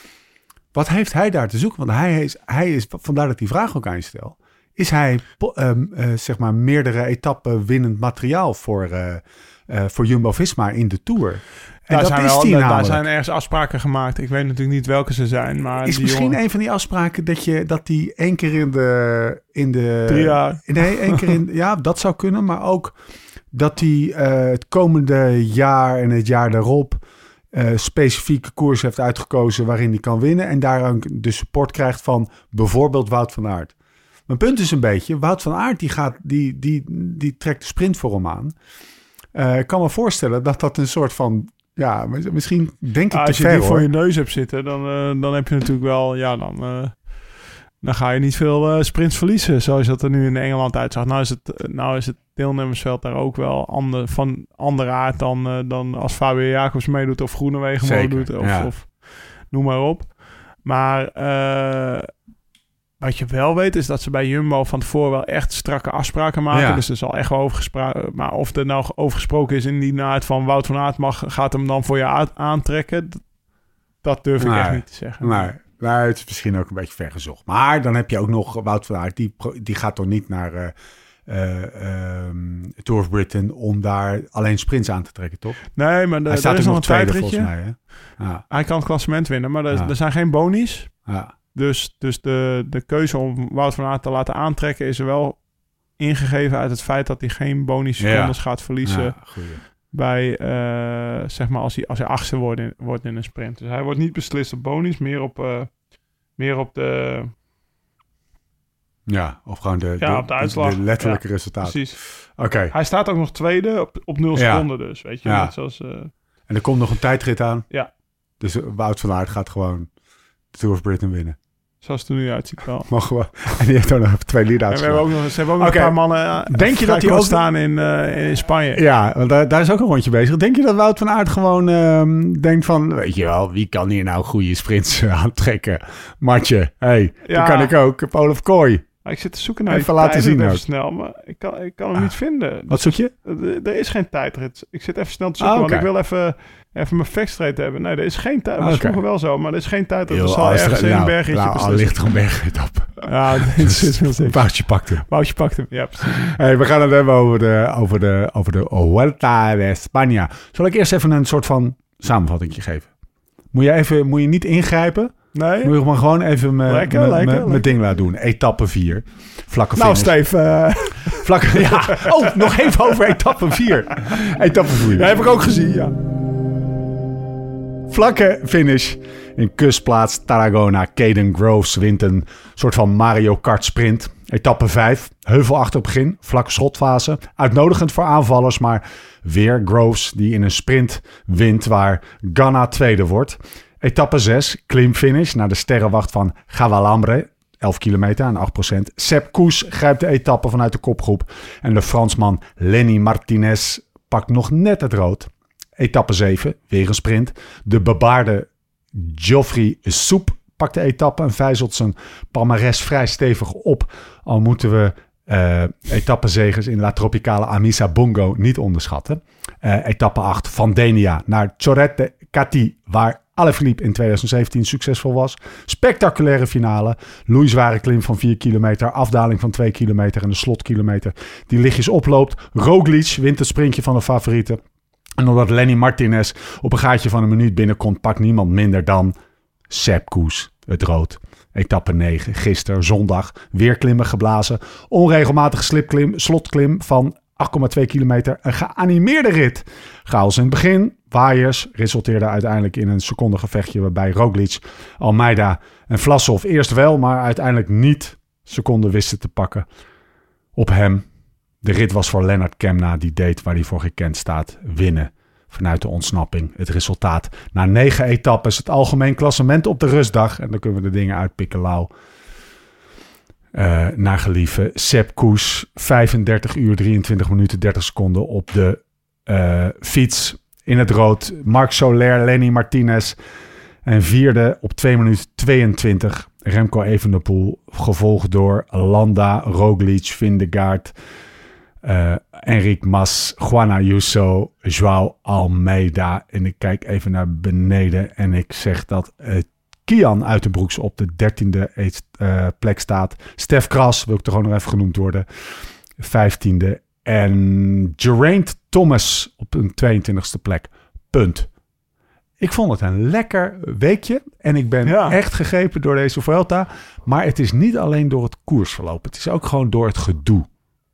Speaker 2: Wat heeft hij daar te zoeken? Want hij is, hij is vandaar dat ik die vraag ook aan je stel. Is hij um, uh, zeg maar meerdere etappen winnend materiaal voor, uh, uh, voor Jumbo-Visma in de Tour? En
Speaker 4: daar,
Speaker 2: dat
Speaker 4: zijn
Speaker 2: is
Speaker 4: wel,
Speaker 2: die
Speaker 4: daar
Speaker 2: namelijk.
Speaker 4: zijn ergens afspraken gemaakt. Ik weet natuurlijk niet welke ze zijn. Maar
Speaker 2: Is
Speaker 4: die
Speaker 2: misschien
Speaker 4: jongen...
Speaker 2: een van die afspraken dat je dat die één keer in de in de
Speaker 4: Drie jaar.
Speaker 2: Nee, één keer in ja, dat zou kunnen, maar ook dat hij uh, het komende jaar en het jaar daarop uh, specifieke koers heeft uitgekozen waarin hij kan winnen en daar ook de support krijgt van bijvoorbeeld Wout van Aert. Mijn punt is een beetje, Wout van Aert die gaat die die die trekt de sprint voor hem aan. Uh, ik kan me voorstellen dat dat een soort van ja, misschien denk ik
Speaker 4: ah,
Speaker 2: te
Speaker 4: als je
Speaker 2: ver,
Speaker 4: die
Speaker 2: hoor.
Speaker 4: voor je neus hebt zitten, dan, uh, dan heb je natuurlijk wel, ja, dan, uh, dan ga je niet veel uh, sprints verliezen, zoals dat er nu in Engeland uitzag. Nou is het, nou is het deelnemersveld daar ook wel ander, van andere aard dan, uh, dan als Fabio Jacobs meedoet of Groenewegen meedoet of,
Speaker 2: ja.
Speaker 4: of noem maar op. Maar uh, wat je wel weet is dat ze bij Jumbo van tevoren wel echt strakke afspraken maken.
Speaker 2: Ja.
Speaker 4: Dus er zal echt wel over gesproken. Maar of er nou over gesproken is in die naad van Wout van Aert mag, gaat hem dan voor je a- aantrekken. Dat durf ik
Speaker 2: Nee,
Speaker 4: echt niet te zeggen.
Speaker 2: Maar, maar het is misschien ook een beetje vergezocht. Maar dan heb je ook nog Wout van Aert. Die, die gaat toch niet naar uh, uh, um, Tour of Britain om daar alleen sprints aan te trekken, toch?
Speaker 4: Nee, maar de,
Speaker 2: Hij staat
Speaker 4: er is
Speaker 2: er
Speaker 4: nog
Speaker 2: nog
Speaker 4: een
Speaker 2: tweede
Speaker 4: tijdritje.
Speaker 2: volgens mij. Hè? Ja,
Speaker 4: Hij kan het klassement winnen, maar er,
Speaker 2: Ja.
Speaker 4: er zijn geen bonies.
Speaker 2: ja.
Speaker 4: Dus, dus de, de keuze om Wout van Aert te laten aantrekken is er wel ingegeven uit het feit dat hij geen bonussecondes
Speaker 2: Ja.
Speaker 4: gaat verliezen.
Speaker 2: Ja, goeie.
Speaker 4: Bij, uh, zeg maar, als hij, als hij achtste wordt in, wordt in een sprint. Dus hij wordt niet beslist op bonus, meer op, uh, meer op de...
Speaker 2: Ja, of gewoon de,
Speaker 4: Ja,
Speaker 2: de,
Speaker 4: op de uitslag.
Speaker 2: de letterlijke
Speaker 4: Ja,
Speaker 2: resultaten.
Speaker 4: Precies.
Speaker 2: Oké. Okay.
Speaker 4: Hij staat ook nog tweede op, op nul
Speaker 2: Ja.
Speaker 4: seconden dus, weet je.
Speaker 2: Ja.
Speaker 4: Net zoals, uh,
Speaker 2: En er komt nog een tijdrit aan.
Speaker 4: Ja.
Speaker 2: Dus Wout van Aert gaat gewoon de Tour of Britain winnen.
Speaker 4: zoals het er nu uitziet wel.
Speaker 2: Mag gewoon. En die heeft ook nog even twee lead-outs.
Speaker 4: En we hebben ook nog, ze hebben ook nog
Speaker 2: Oké.
Speaker 4: een paar mannen uh,
Speaker 2: Denk je dat die
Speaker 4: kort
Speaker 2: ook-
Speaker 4: staan in, uh, in Spanje.
Speaker 2: Ja, want daar, daar is ook een rondje bezig. Denk je dat Wout van Aert gewoon um, denkt van... Weet je wel, wie kan hier nou goede sprints uh, aantrekken? Matje, hey,
Speaker 4: Ja.
Speaker 2: dat kan ik ook. Ik heb Olaf Kooi.
Speaker 4: Maar ik zit te zoeken naar
Speaker 2: Even
Speaker 4: die
Speaker 2: laten
Speaker 4: tijdrit
Speaker 2: zien
Speaker 4: even
Speaker 2: ook.
Speaker 4: snel, maar ik kan, ik kan hem
Speaker 2: Ah.
Speaker 4: niet vinden.
Speaker 2: Wat zoek je?
Speaker 4: Er, er is geen tijdrit. Ik zit even snel te zoeken,
Speaker 2: Ah, oké.
Speaker 4: want ik wil even, even mijn facts straight hebben. Nee, er is geen tijdrit.
Speaker 2: Ah,
Speaker 4: Dat is
Speaker 2: oké.
Speaker 4: vroeger wel zo, maar er is geen tijdrit. Er
Speaker 2: Heel,
Speaker 4: zal
Speaker 2: als er-
Speaker 4: ergens in een
Speaker 2: nou,
Speaker 4: bergritje
Speaker 2: nou, al
Speaker 4: beslissen.
Speaker 2: ligt er een bergrit op.
Speaker 4: Ja, dit is wel zeker.
Speaker 2: Woutje pakt hem.
Speaker 4: Woutje pakt hem. Ja, precies.
Speaker 2: Hey, we gaan het hebben over de, over de, over de Vuelta de España. Zal ik eerst even een soort van samenvatting geven? Moet je, even, moet je niet ingrijpen?
Speaker 4: Nee?
Speaker 2: Moet je maar gewoon even mijn
Speaker 4: Lekker,
Speaker 2: mijn-
Speaker 4: lekker,
Speaker 2: mijn-
Speaker 4: lekker.
Speaker 2: mijn ding laten doen. Etappe vier. Vlakke
Speaker 4: Nou,
Speaker 2: finish.
Speaker 4: Steve. Uh,
Speaker 2: Vlakke, ja. Oh, nog even over etappe vier. Etappe vier.
Speaker 4: dat heb ik ook gezien, ja.
Speaker 2: Vlakke finish in kustplaats Tarragona. Caden Groves wint een soort van Mario Kart sprint. Etappe vijf, heuvelachtig begin, vlakke schotfase. Uitnodigend voor aanvallers, maar weer Groves die in een sprint wint waar Ganna tweede wordt. Etappe zes, klimfinish naar de sterrenwacht van Gavalambre. elf kilometer aan acht procent. Sepp Koes grijpt de etappe vanuit de kopgroep. En de Fransman Lenny Martinez pakt nog net het rood. Etappe zeven, weer een sprint. De bebaarde Geoffrey Soep pakt de etappe en vijzelt zijn palmares vrij stevig op. Al moeten we uh, etappezegers in La Tropicale Amissa Bongo niet onderschatten. Uh, etappe acht, Van Denia naar Chorette Cati, waar Alaphilippe in twintig zeventien succesvol was. Spectaculaire finale. Loeizware klim van vier kilometer. Afdaling van twee kilometer. En de slotkilometer die lichtjes oploopt. Roglic wint het sprintje van de favorieten. En omdat Lenny Martinez op een gaatje van een minuut binnenkomt, pakt niemand minder dan Sepp Koes het rood. Etappe negen, gisteren, zondag, weer klimmen geblazen. Onregelmatige slipklim, slotklim van acht komma twee kilometer. Een geanimeerde rit. Chaos in het begin. Waaiers resulteerde uiteindelijk in een secondengevechtje waarbij Roglic, Almeida en Vlasov eerst wel, maar uiteindelijk niet seconden wisten te pakken op hem. De rit was voor Lennart Kemna, die deed waar hij voor gekend staat, winnen vanuit de ontsnapping. Het resultaat na negen etappes, het algemeen klassement op de rustdag. En dan kunnen we de dingen uitpikken, Lau. uh, naar gelieve Sepp Kuss, vijfendertig uur, drieëntwintig minuten, dertig seconden op de uh, fiets in het rood. Marc Soler, Lenny Martinez en vierde op twee minuten tweeëntwintig. Remco Evenepoel, gevolgd door Landa, Roglic, Vingegaard, uh, Enric Mas, Juan Ayuso, João Almeida. En ik kijk even naar beneden en ik zeg dat uh, Kian Uitenbroeks op de dertiende uh, plek staat. Stef Kras, wil ik toch gewoon nog even genoemd worden, vijftiende. En Geraint Thomas op een tweeëntwintigste plek. Punt. Ik vond het een lekker weekje. En ik ben ja. echt gegrepen door deze Vuelta. Maar het is niet alleen door het koersverloop. Het is ook gewoon door het gedoe.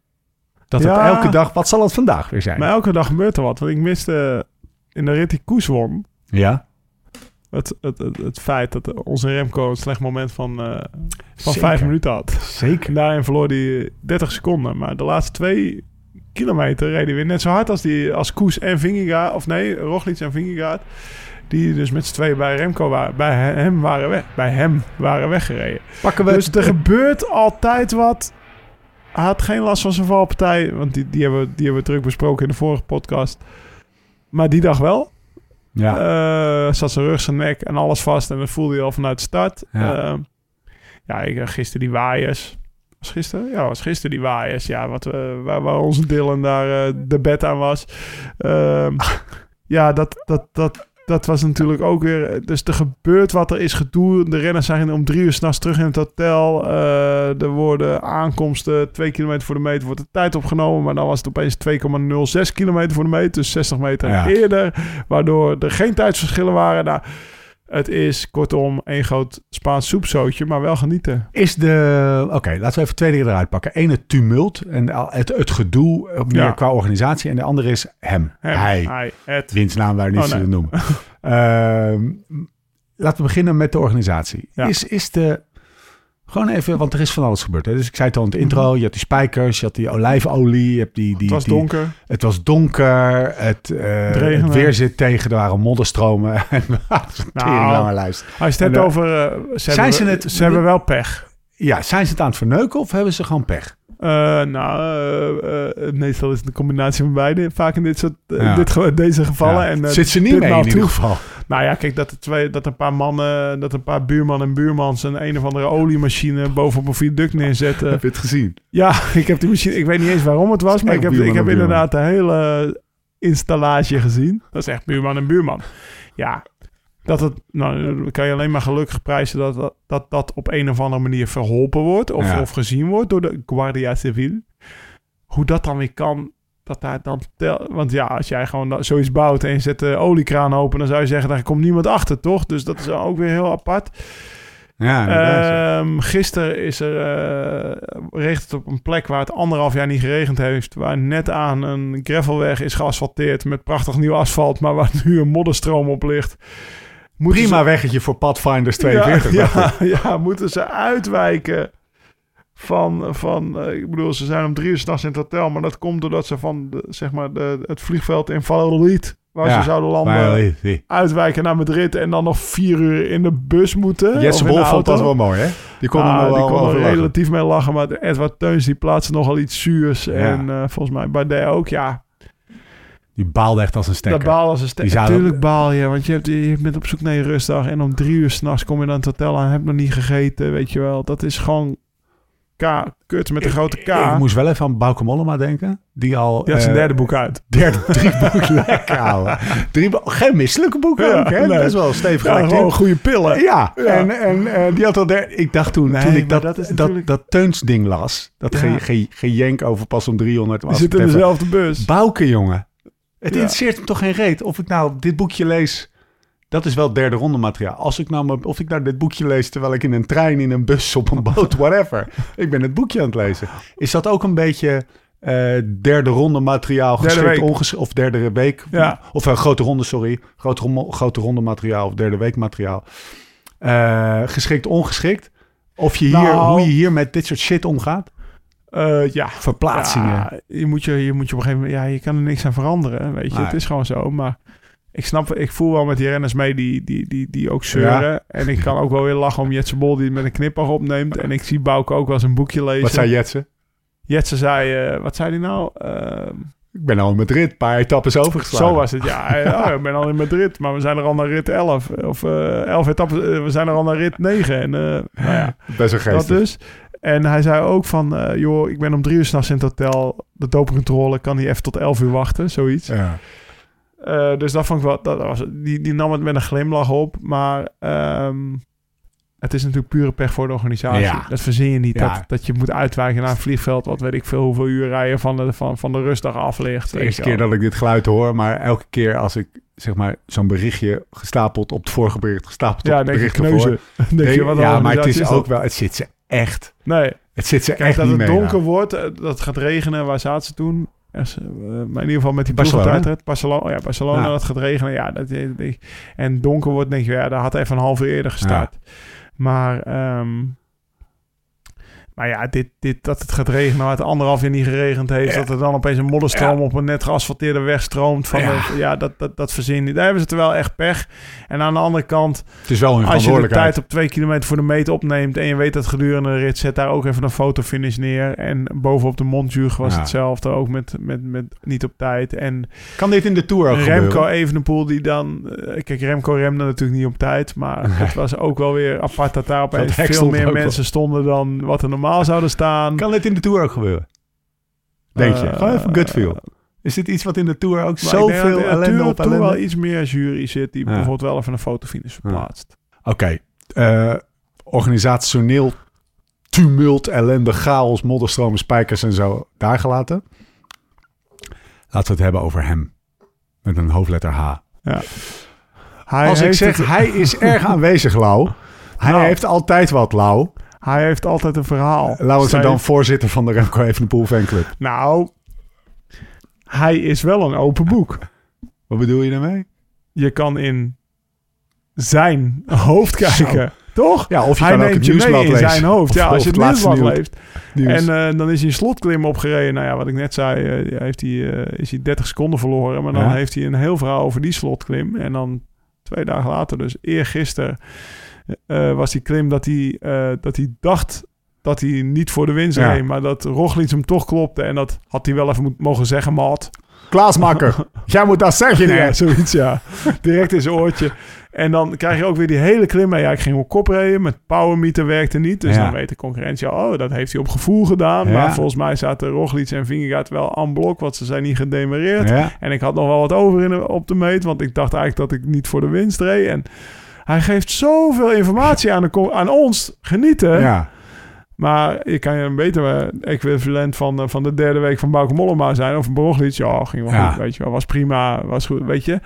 Speaker 2: Dat ja. het elke dag... Wat zal het vandaag weer zijn?
Speaker 4: Maar elke dag gebeurt er wat. Want ik miste in de rit die Koes won.
Speaker 2: Ja.
Speaker 4: Het, het, het, het feit dat onze Remco een slecht moment van, uh, van vijf minuten had.
Speaker 2: Zeker.
Speaker 4: En daarin verloor hij dertig seconden. Maar de laatste twee kilometer reed hij weer net zo hard als, die, als Koes en Vingegaard. Of nee, Roglic en Vingegaard. Die dus met z'n tweeën bij Remco waren, bij hem waren, weg, bij hem waren weggereden.
Speaker 2: Pakken we
Speaker 4: dus er gebeurt altijd wat. Hij had geen last van zijn valpartij, want die, die, hebben, die hebben we terug besproken in de vorige podcast. Maar die dag wel.
Speaker 2: Ja.
Speaker 4: Uh, zat zijn rug, zijn nek en alles vast en dat voelde hij al vanuit de start.
Speaker 2: Ja,
Speaker 4: uh, ja ik, gisteren die waaiers. Was gisteren? Ja, was gisteren die waaiers. Ja, wat, uh, waar, waar onze Dylan daar uh, de bed aan was. Uh, ja, dat... dat, dat Dat was natuurlijk ook weer... Dus er gebeurt wat, er is gedoe. De renners zijn om drie uur 's nachts terug in het hotel. Uh, er worden aankomsten. Twee kilometer voor de meter wordt de tijd opgenomen. Maar dan was het opeens twee komma nul zes kilometer voor de meter. Dus zestig meter ja. eerder. Waardoor er geen tijdsverschillen waren. Nou, het is kortom een groot Spaans soepzootje. Maar wel genieten.
Speaker 2: Is de... Oké, okay, laten we even twee dingen eruit pakken. Eén, het tumult en het, het gedoe meer ja. qua organisatie. En de andere is hem.
Speaker 4: hem
Speaker 2: hij.
Speaker 4: hij het.
Speaker 2: Wiens naam wij niet oh, zullen nee. noemen. uh, laten we beginnen met de organisatie. Ja. Is, is de... Gewoon even, want er is van alles gebeurd. Hè? Dus ik zei het al in het intro. Je had die spijkers, je had die olijfolie. Je hebt die, die,
Speaker 4: het was
Speaker 2: die,
Speaker 4: donker.
Speaker 2: Het was donker. Het, uh, het, het weer zit tegen. Er waren modderstromen. nou,
Speaker 4: als je het hebt over... Uh, ze zijn hebben, ze, het, ze hebben wel pech.
Speaker 2: Ja, zijn ze het aan het verneuken of hebben ze gewoon pech?
Speaker 4: Uh, nou, uh, uh, meestal is het een combinatie van beide. Vaak in dit soort, uh, ja. dit, deze gevallen.
Speaker 2: Ja.
Speaker 4: En, uh,
Speaker 2: Zit ze niet mee in ieder geval?
Speaker 4: Nou ja, kijk, dat, er twee, dat een paar mannen, dat een paar buurman en buurmans een een of andere oliemachine bovenop een viaduct neerzetten.
Speaker 2: Heb je het gezien?
Speaker 4: Ja, ik heb die machine, ik weet niet eens waarom het was, maar ik heb, ik heb inderdaad de hele installatie gezien. Dat is echt buurman en buurman. Ja, dat het, nou, dan kan je alleen maar gelukkig prijzen dat dat, dat, dat op een of andere manier verholpen wordt of, ja. of gezien wordt door de Guardia Civil. Hoe dat dan weer kan, dat daar dan tel, want ja, als jij gewoon zoiets bouwt en je zet de oliekraan open, dan zou je zeggen, daar komt niemand achter, toch? Dus dat is ook weer heel apart.
Speaker 2: Ja,
Speaker 4: um, gisteren is er uh, regent het op een plek waar het anderhalf jaar niet geregend heeft, waar net aan een gravelweg is geasfalteerd met prachtig nieuw asfalt, maar waar nu een modderstroom op ligt.
Speaker 2: Moeten Prima ze... weggetje voor Pathfinders tweeënveertig.
Speaker 4: Ja, ja, ja, moeten ze uitwijken van, van uh, ik bedoel, ze zijn om drie uur 's nachts in het hotel, maar dat komt doordat ze van de, zeg maar de, het vliegveld in Valladolid, waar ja, ze zouden landen, Valladolid. uitwijken naar Madrid en dan nog vier uur in de bus moeten.
Speaker 2: Jesse Wolf vond dat wel mooi, hè? Die kon
Speaker 4: ah,
Speaker 2: er wel,
Speaker 4: die kon
Speaker 2: wel
Speaker 4: er relatief mee lachen, maar Edward Teuns die plaatste nogal iets zuurs. Ja. En uh, volgens mij Bardet ook, ja.
Speaker 2: Die baalde echt als een stekker.
Speaker 4: Dat baalde als een stekker. Natuurlijk ook... baal je, want je, hebt, je bent op zoek naar je rustdag en om drie uur 's nachts kom je dan het hotel aan, heb nog niet gegeten, weet je wel. Dat is gewoon K, kut met een grote K.
Speaker 2: Ik, ik moest wel even aan Bauke Mollema denken. Die al...
Speaker 4: Die had zijn uh, derde boek uit.
Speaker 2: Derde, drie boeken lekker houden. Drie, geen misselijke boeken ja, ook, hè? Nee. Dat is wel stevig.
Speaker 4: Ja, gewoon goede pillen.
Speaker 2: Ja, ja. en, en uh, die had al der, ik dacht toen, nee, toen ik dat, dat, natuurlijk... dat, dat Teuns ding las, dat ja. gejenk over pas om driehonderd.
Speaker 4: Die zit in dezelfde bus.
Speaker 2: Bauke, jongen. Het ja. interesseert hem toch geen reet of ik nou dit boekje lees. Dat is wel derde ronde materiaal. Als ik nou, of ik nou dit boekje lees terwijl ik in een trein, in een bus, op een boot, whatever. Ik ben het boekje aan het lezen. Is dat ook een beetje uh, derde ronde materiaal geschikt, onges- of derde week?
Speaker 4: Ja.
Speaker 2: Of uh, grote ronde, sorry. Grote, rom- grote ronde materiaal of derde week materiaal. Uh, geschikt, ongeschikt? Of je hier, nou, hoe je hier met dit soort shit omgaat?
Speaker 4: Uh, ja.
Speaker 2: Verplaatsingen.
Speaker 4: Ja, je, moet je, je moet je op een gegeven moment... Ja, je kan er niks aan veranderen, weet je. Nee. Het is gewoon zo, maar... Ik snap, ik voel wel met die renners mee die, die, die, die ook zeuren. Ja. En ik kan ook wel weer lachen om Jetse Bol die het met een knipoog opneemt. En ik zie Bouke ook wel eens een boekje lezen.
Speaker 2: Wat zei Jetse?
Speaker 4: Jetse zei, uh, wat zei hij nou? Uh,
Speaker 2: ik ben al in Madrid, een paar etappes overgeslagen.
Speaker 4: Zo was het, ja. oh, ik ben al in Madrid, maar we zijn er al naar rit elf. Of uh, elf etappes, uh, we zijn er al naar rit negen. En, uh, nou ja,
Speaker 2: best wel geestig.
Speaker 4: Dat dus. En hij zei ook van, uh, joh, ik ben om drie uur 's nachts in het hotel. De dopingcontrole kan hij even tot elf uur wachten, zoiets.
Speaker 2: Ja.
Speaker 4: Uh, dus dat vond ik wel, dat was, die, die nam het met een glimlach op. Maar um, het is natuurlijk pure pech voor de organisatie. Ja. Dat verzin je niet. Ja. Dat, dat je moet uitwijken naar een vliegveld. Wat weet ik veel hoeveel uur rijden van de, van, van de rustdag af ligt.
Speaker 2: De eerste keer dat ik dit geluid hoor. Maar elke keer als ik zeg maar zo'n berichtje gestapeld op het vorige bericht gestapeld
Speaker 4: ja,
Speaker 2: op het bericht
Speaker 4: ervoor.
Speaker 2: denk je, wat ja, maar het is ook wel, het zit ze echt.
Speaker 4: Nee.
Speaker 2: Het zit ze
Speaker 4: Kijk,
Speaker 2: echt
Speaker 4: dat
Speaker 2: niet
Speaker 4: het
Speaker 2: mee,
Speaker 4: donker
Speaker 2: ja.
Speaker 4: wordt, dat het gaat regenen. Waar zaten ze toen? Ja, maar in ieder geval met die
Speaker 2: Barcelona.
Speaker 4: Barcelona, oh ja, Barcelona,
Speaker 2: ja.
Speaker 4: dat gaat regenen. Ja, dat, en donker wordt, denk je, ja, daar had even een half uur eerder gestart. Ja. Maar, um, maar ja, dit, dit, dat het gaat regenen, waar het anderhalf jaar niet geregend heeft, ja. dat er dan opeens een modderstroom ja. op een net geasfalteerde weg stroomt. Van ja, de, ja dat, dat, dat verzin niet. Daar hebben ze het wel echt pech. En aan de andere kant,
Speaker 2: het is wel een
Speaker 4: als je de tijd op twee kilometer voor de meet opneemt en je weet dat gedurende de rit, zet daar ook even een fotofinish neer. En bovenop de Montjuïc was ja. hetzelfde, ook met, met, met niet op tijd. En
Speaker 2: kan dit in de Tour ook
Speaker 4: Remco
Speaker 2: gebeuren?
Speaker 4: Evenepoel die dan, uh, kijk, Remco remde natuurlijk niet op tijd, maar nee. het was ook wel weer apart dat daar opeens veel meer mensen wel. stonden dan wat er normaal zouden staan.
Speaker 2: Kan dit in de Tour ook gebeuren? Denk je? Uh, Gewoon even gut feel. Is dit iets wat in de Tour ook zoveel ellende op ellende?
Speaker 4: wel iets meer jury zit die ja. bijvoorbeeld wel even een fotofinish verplaatst.
Speaker 2: Ja. Oké. Okay. Uh, organisationeel tumult, ellende, chaos, modderstromen, spijkers en zo daar gelaten. Laten we het hebben over hem. Met een hoofdletter H.
Speaker 4: Ja.
Speaker 2: Hij Als ik zeg, het... hij is erg aanwezig, Lau. Hij nou. heeft altijd wat, Lau.
Speaker 4: Hij heeft altijd een verhaal.
Speaker 2: Lau is er dan voorzitter van de Remco Evenepoel fanclub.
Speaker 4: Nou, hij is wel een open boek.
Speaker 2: Wat bedoel je daarmee?
Speaker 4: Je kan in zijn hoofd kijken. Zo. Toch?
Speaker 2: Ja, of je
Speaker 4: hij
Speaker 2: kan ook het nieuwsblad
Speaker 4: in
Speaker 2: lezen.
Speaker 4: zijn hoofd. Ja, als je het nieuwsblad
Speaker 2: nieuws.
Speaker 4: leest. Nieuws. En uh, dan is hij een slotklim opgereden. Nou ja, wat ik net zei, uh, heeft hij, uh, is hij dertig seconden verloren. Maar dan ja. heeft hij een heel verhaal over die slotklim. En dan twee dagen later, dus eergisteren, uh, was die klim dat hij, uh, dat hij dacht dat hij niet voor de winst ja. reed. Maar dat Roglic hem toch klopte. En dat had hij wel even moet, mogen zeggen, Maat.
Speaker 2: Klaasmakker, jij moet dat zeggen.
Speaker 4: Ja, ja, zoiets, ja. Direct in zijn oortje. En dan krijg je ook weer die hele klim mee. Ja, ik ging op kop rijden, met powermeter werkte niet. Dus ja. dan weet de concurrentie, oh, dat heeft hij op gevoel gedaan. Ja. Maar volgens mij zaten Roglic en Vingegaard wel aan blok, want ze zijn niet gedemereerd. Ja. En ik had nog wel wat over in de, op de meet, want ik dacht eigenlijk dat ik niet voor de winst reed. En hij geeft zoveel informatie aan, de, aan ons. Genieten.
Speaker 2: Ja.
Speaker 4: Maar je kan je een beter equivalent van, van de derde week van Bauke Mollema zijn. Of een Roglic, ja, ging wel ja. goed, weet je wel. Was prima, was goed, weet je.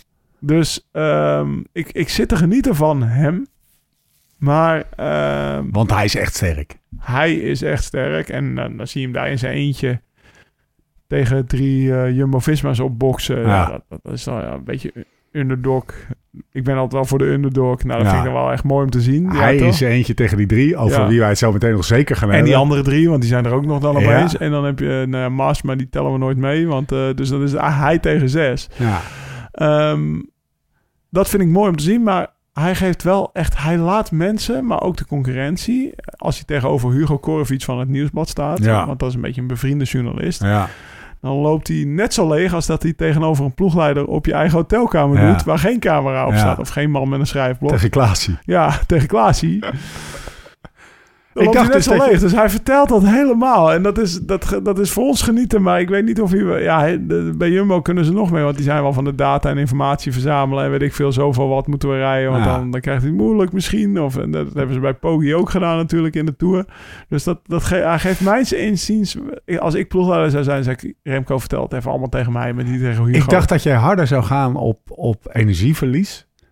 Speaker 4: Dus um, ik, ik zit te genieten van hem. Maar... Um,
Speaker 2: Want hij is echt sterk.
Speaker 4: Hij is echt sterk. En uh, dan zie je hem daar in zijn eentje tegen drie uh, Jumbo-Visma's opboksen. Ja. Ja, dat, dat is dan ja, een beetje underdog. Ik ben altijd wel voor de underdog. Nou, dat ja. vind ik dan wel echt mooi om te zien.
Speaker 2: Hij
Speaker 4: ja,
Speaker 2: is eentje tegen die drie, over ja. wie wij het zo meteen nog zeker gaan
Speaker 4: en
Speaker 2: hebben.
Speaker 4: En die andere drie, want die zijn er ook nog dan opeens. Ja. En dan heb je een uh, Mas, maar die tellen we nooit mee. Want uh, dus dat is uh, hij tegen zes.
Speaker 2: Ja.
Speaker 4: Um, dat vind ik mooi om te zien, maar hij geeft wel echt... Hij laat mensen, maar ook de concurrentie... Als hij tegenover Hugo Corvitz van het Nieuwsblad staat...
Speaker 2: Ja.
Speaker 4: Want dat is een beetje een bevriende journalist...
Speaker 2: Ja.
Speaker 4: Dan loopt hij net zo leeg als dat hij tegenover een ploegleider op je eigen hotelkamer ja. doet... waar geen camera op ja. staat of geen man met een schrijfblok.
Speaker 2: Tegen Klaasie.
Speaker 4: Ja, tegen Klaasie. Dan ik dacht net dus zo leeg. Je... Dus hij vertelt dat helemaal. En dat is, dat, dat is voor ons genieten. Maar ik weet niet of hij... Ja, bij Jumbo kunnen ze nog mee. Want die zijn wel van de data en informatie verzamelen. En weet ik veel, zoveel wat moeten we rijden. Want ja. dan, dan krijgt hij het moeilijk misschien. Of, en dat hebben ze bij Poggi ook gedaan natuurlijk in de Tour. Dus dat, dat ge, hij geeft mij zijn inziens... Als ik ploegleider zou zijn, zeg ik... Remco vertelt even allemaal tegen mij. Maar niet tegen Hugo.
Speaker 2: Ik dacht dat jij harder zou gaan op, op energieverlies.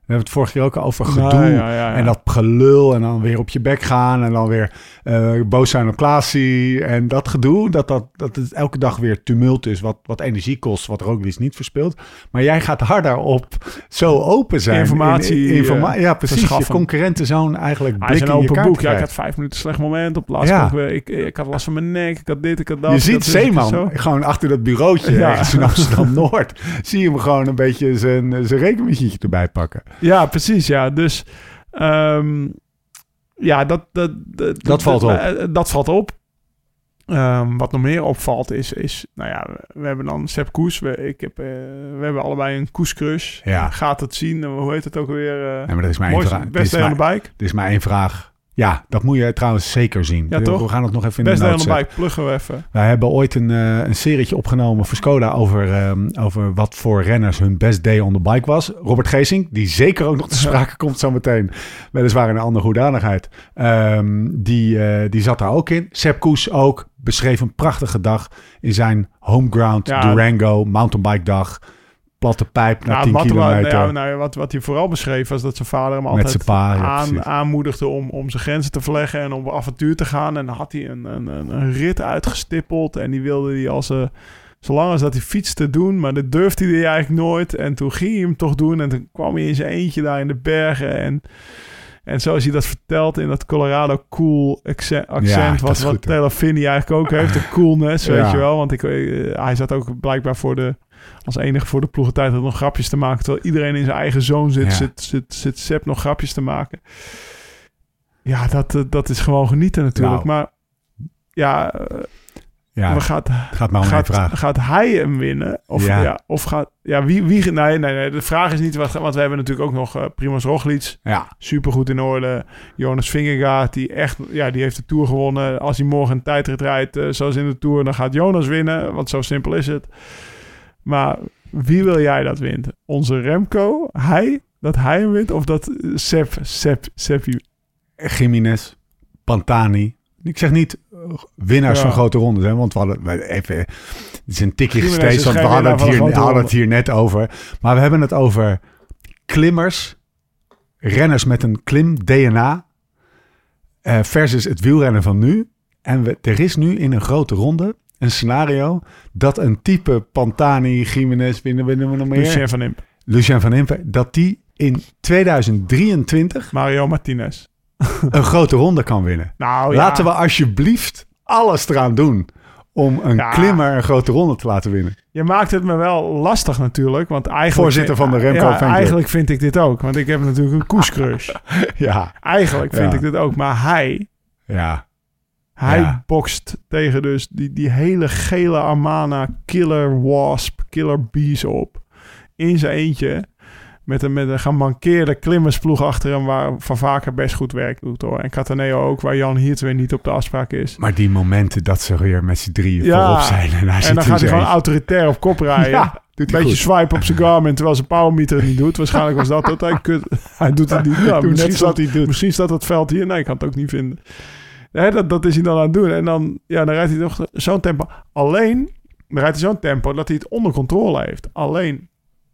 Speaker 2: We hebben het vorige keer ook al over gedoe.
Speaker 4: Ja, ja, ja, ja.
Speaker 2: En dat gelul en dan weer op je bek gaan. En dan weer uh, boos zijn op Klaasie. En dat gedoe, dat, dat, dat het elke dag weer tumult is. Wat, wat energie kost, wat Roglic niet verspeelt. Maar jij gaat harder op zo open zijn.
Speaker 4: Informatie.
Speaker 2: In, in, informa- uh, ja, precies. Je concurrenten zo'n eigenlijk blik in je
Speaker 4: open
Speaker 2: kaart
Speaker 4: boek. Ja, ik
Speaker 2: krijgt.
Speaker 4: had vijf minuten slecht moment. Op het laatste
Speaker 2: Ja.
Speaker 4: weer, ik, ik had last van mijn nek. Ik had dit, ik had dat.
Speaker 2: Je ziet
Speaker 4: Zeeman
Speaker 2: Zeeman gewoon achter dat bureautje.
Speaker 4: Ja.
Speaker 2: Ergens in Amsterdam-Noord. Zie je hem gewoon een beetje zijn, zijn rekenmachientje erbij pakken.
Speaker 4: Ja, precies. Ja, dus um, ja, dat, dat, dat,
Speaker 2: dat valt op.
Speaker 4: Dat, dat valt op. Um, wat nog meer opvalt is, is, nou ja, we hebben dan Sepp Kuss. We, ik heb, uh, we hebben allebei een Kuss-crush.
Speaker 2: Ja.
Speaker 4: Gaat het zien? Hoe heet het ook weer? Uh,
Speaker 2: ja, maar er is maar één vraag.
Speaker 4: Beste aan de bike.
Speaker 2: Er is maar één vraag. Ja, dat moet je trouwens zeker zien.
Speaker 4: Ja, toch?
Speaker 2: We gaan het nog even in
Speaker 4: Best
Speaker 2: de notes
Speaker 4: Best bike, pluggen we even.
Speaker 2: Wij hebben ooit een, uh, een serietje opgenomen voor Skoda over, um, over wat voor renners hun best day on the bike was. Robert Geesink, die zeker ook nog te sprake komt zometeen. Weliswaar in een andere hoedanigheid. Um, die, uh, die zat daar ook in. Sepp Kuss ook. Beschreef een prachtige dag in zijn homeground ja, Durango mountainbike dag. Platte pijp naar
Speaker 4: nou,
Speaker 2: tien kilometer.
Speaker 4: Nou, nou, wat, wat hij vooral beschreef was dat zijn vader hem altijd
Speaker 2: pa,
Speaker 4: aan,
Speaker 2: ja,
Speaker 4: aanmoedigde om, om zijn grenzen te verleggen en om op avontuur te gaan. En dan had hij een, een, een rit uitgestippeld en die wilde hij als uh, zolang als dat hij fietste doen, maar dat durfde hij eigenlijk nooit. En toen ging hij hem toch doen en toen kwam hij in zijn eentje daar in de bergen en... En zoals hij dat vertelt in dat Colorado cool accent, ja, wat, wat Taylor Phinney eigenlijk ook heeft, de coolness, weet ja. je wel. Want ik, uh, hij zat ook blijkbaar voor de, als enige voor de ploegentijd nog grapjes te maken. Terwijl iedereen in zijn eigen zone zit, ja. zit, zit, zit Sepp nog grapjes te maken. Ja, dat, uh, dat is gewoon genieten natuurlijk. Nou. Maar ja... Uh,
Speaker 2: Ja,
Speaker 4: maar gaat,
Speaker 2: gaat, maar om
Speaker 4: gaat,
Speaker 2: vraag.
Speaker 4: gaat hij hem winnen? Of, ja. Ja, of gaat... Ja, wie... wie nee, nee, nee. De vraag is niet... Wat, want we hebben natuurlijk ook nog uh, Primož Roglic.
Speaker 2: Ja.
Speaker 4: Supergoed in orde. Jonas Vingegaard, die echt... Ja, die heeft de Tour gewonnen. Als hij morgen een tijdrit rijdt, uh, zoals in de Tour... dan gaat Jonas winnen. Want zo simpel is het. Maar wie wil jij dat wint? Onze Remco? Hij? Dat hij hem wint? Of dat Sepp... Sepp... Seppi?
Speaker 2: Jiménez. Pantani. Ik zeg niet winnaars ja. van grote rondes, hè, want we hadden even, het is een tikje steeds, want we hadden het, hier, hadden het hier net over. Maar we hebben het over klimmers, renners met een klim-D N A uh, versus het wielrennen van nu. En we, er is nu in een grote ronde een scenario dat een type Pantani, Jiménez, winnen we nog meer?
Speaker 4: Lucien van Impe.
Speaker 2: Lucien van Impe, dat die in tweeduizend drieëntwintig...
Speaker 4: Mario Martinez.
Speaker 2: een grote ronde kan winnen.
Speaker 4: Nou,
Speaker 2: laten
Speaker 4: ja.
Speaker 2: we alsjeblieft alles eraan doen om een ja. klimmer een grote ronde te laten winnen.
Speaker 4: Je maakt het me wel lastig natuurlijk, want eigenlijk...
Speaker 2: Voorzitter van de Remco
Speaker 4: ja, eigenlijk vind ik dit ook, want ik heb natuurlijk een Kuss-crush.
Speaker 2: ja.
Speaker 4: Eigenlijk vind
Speaker 2: ja.
Speaker 4: ik dit ook, maar hij...
Speaker 2: Ja.
Speaker 4: Hij
Speaker 2: ja.
Speaker 4: bokst tegen dus die, die hele gele Armana Killer Wasp, Killer Bees op. In zijn eentje. Met een, met een gemankeerde klimmersploeg achter hem... waar Van Vaker best goed werk doet, hoor. En Cataneo ook, waar Jan Hiert weer niet op de afspraak is.
Speaker 2: Maar die momenten dat ze weer met z'n drieën
Speaker 4: ja.
Speaker 2: voorop zijn... En, hij
Speaker 4: en dan gaat hij gewoon autoritair op kop rijden.
Speaker 2: ja,
Speaker 4: een beetje goed. Swipe op zijn Garmin... terwijl zijn powermeter het niet doet. Waarschijnlijk was dat dat. Hij, kut, hij doet het niet. Nou, misschien, net staat, hij doet. misschien staat het veld hier. Nee, ik kan het ook niet vinden. Ja, dat, dat is hij dan aan het doen. En dan, ja, dan rijdt hij toch zo'n tempo. Alleen, dan rijdt hij zo'n tempo... dat hij het onder controle heeft. Alleen...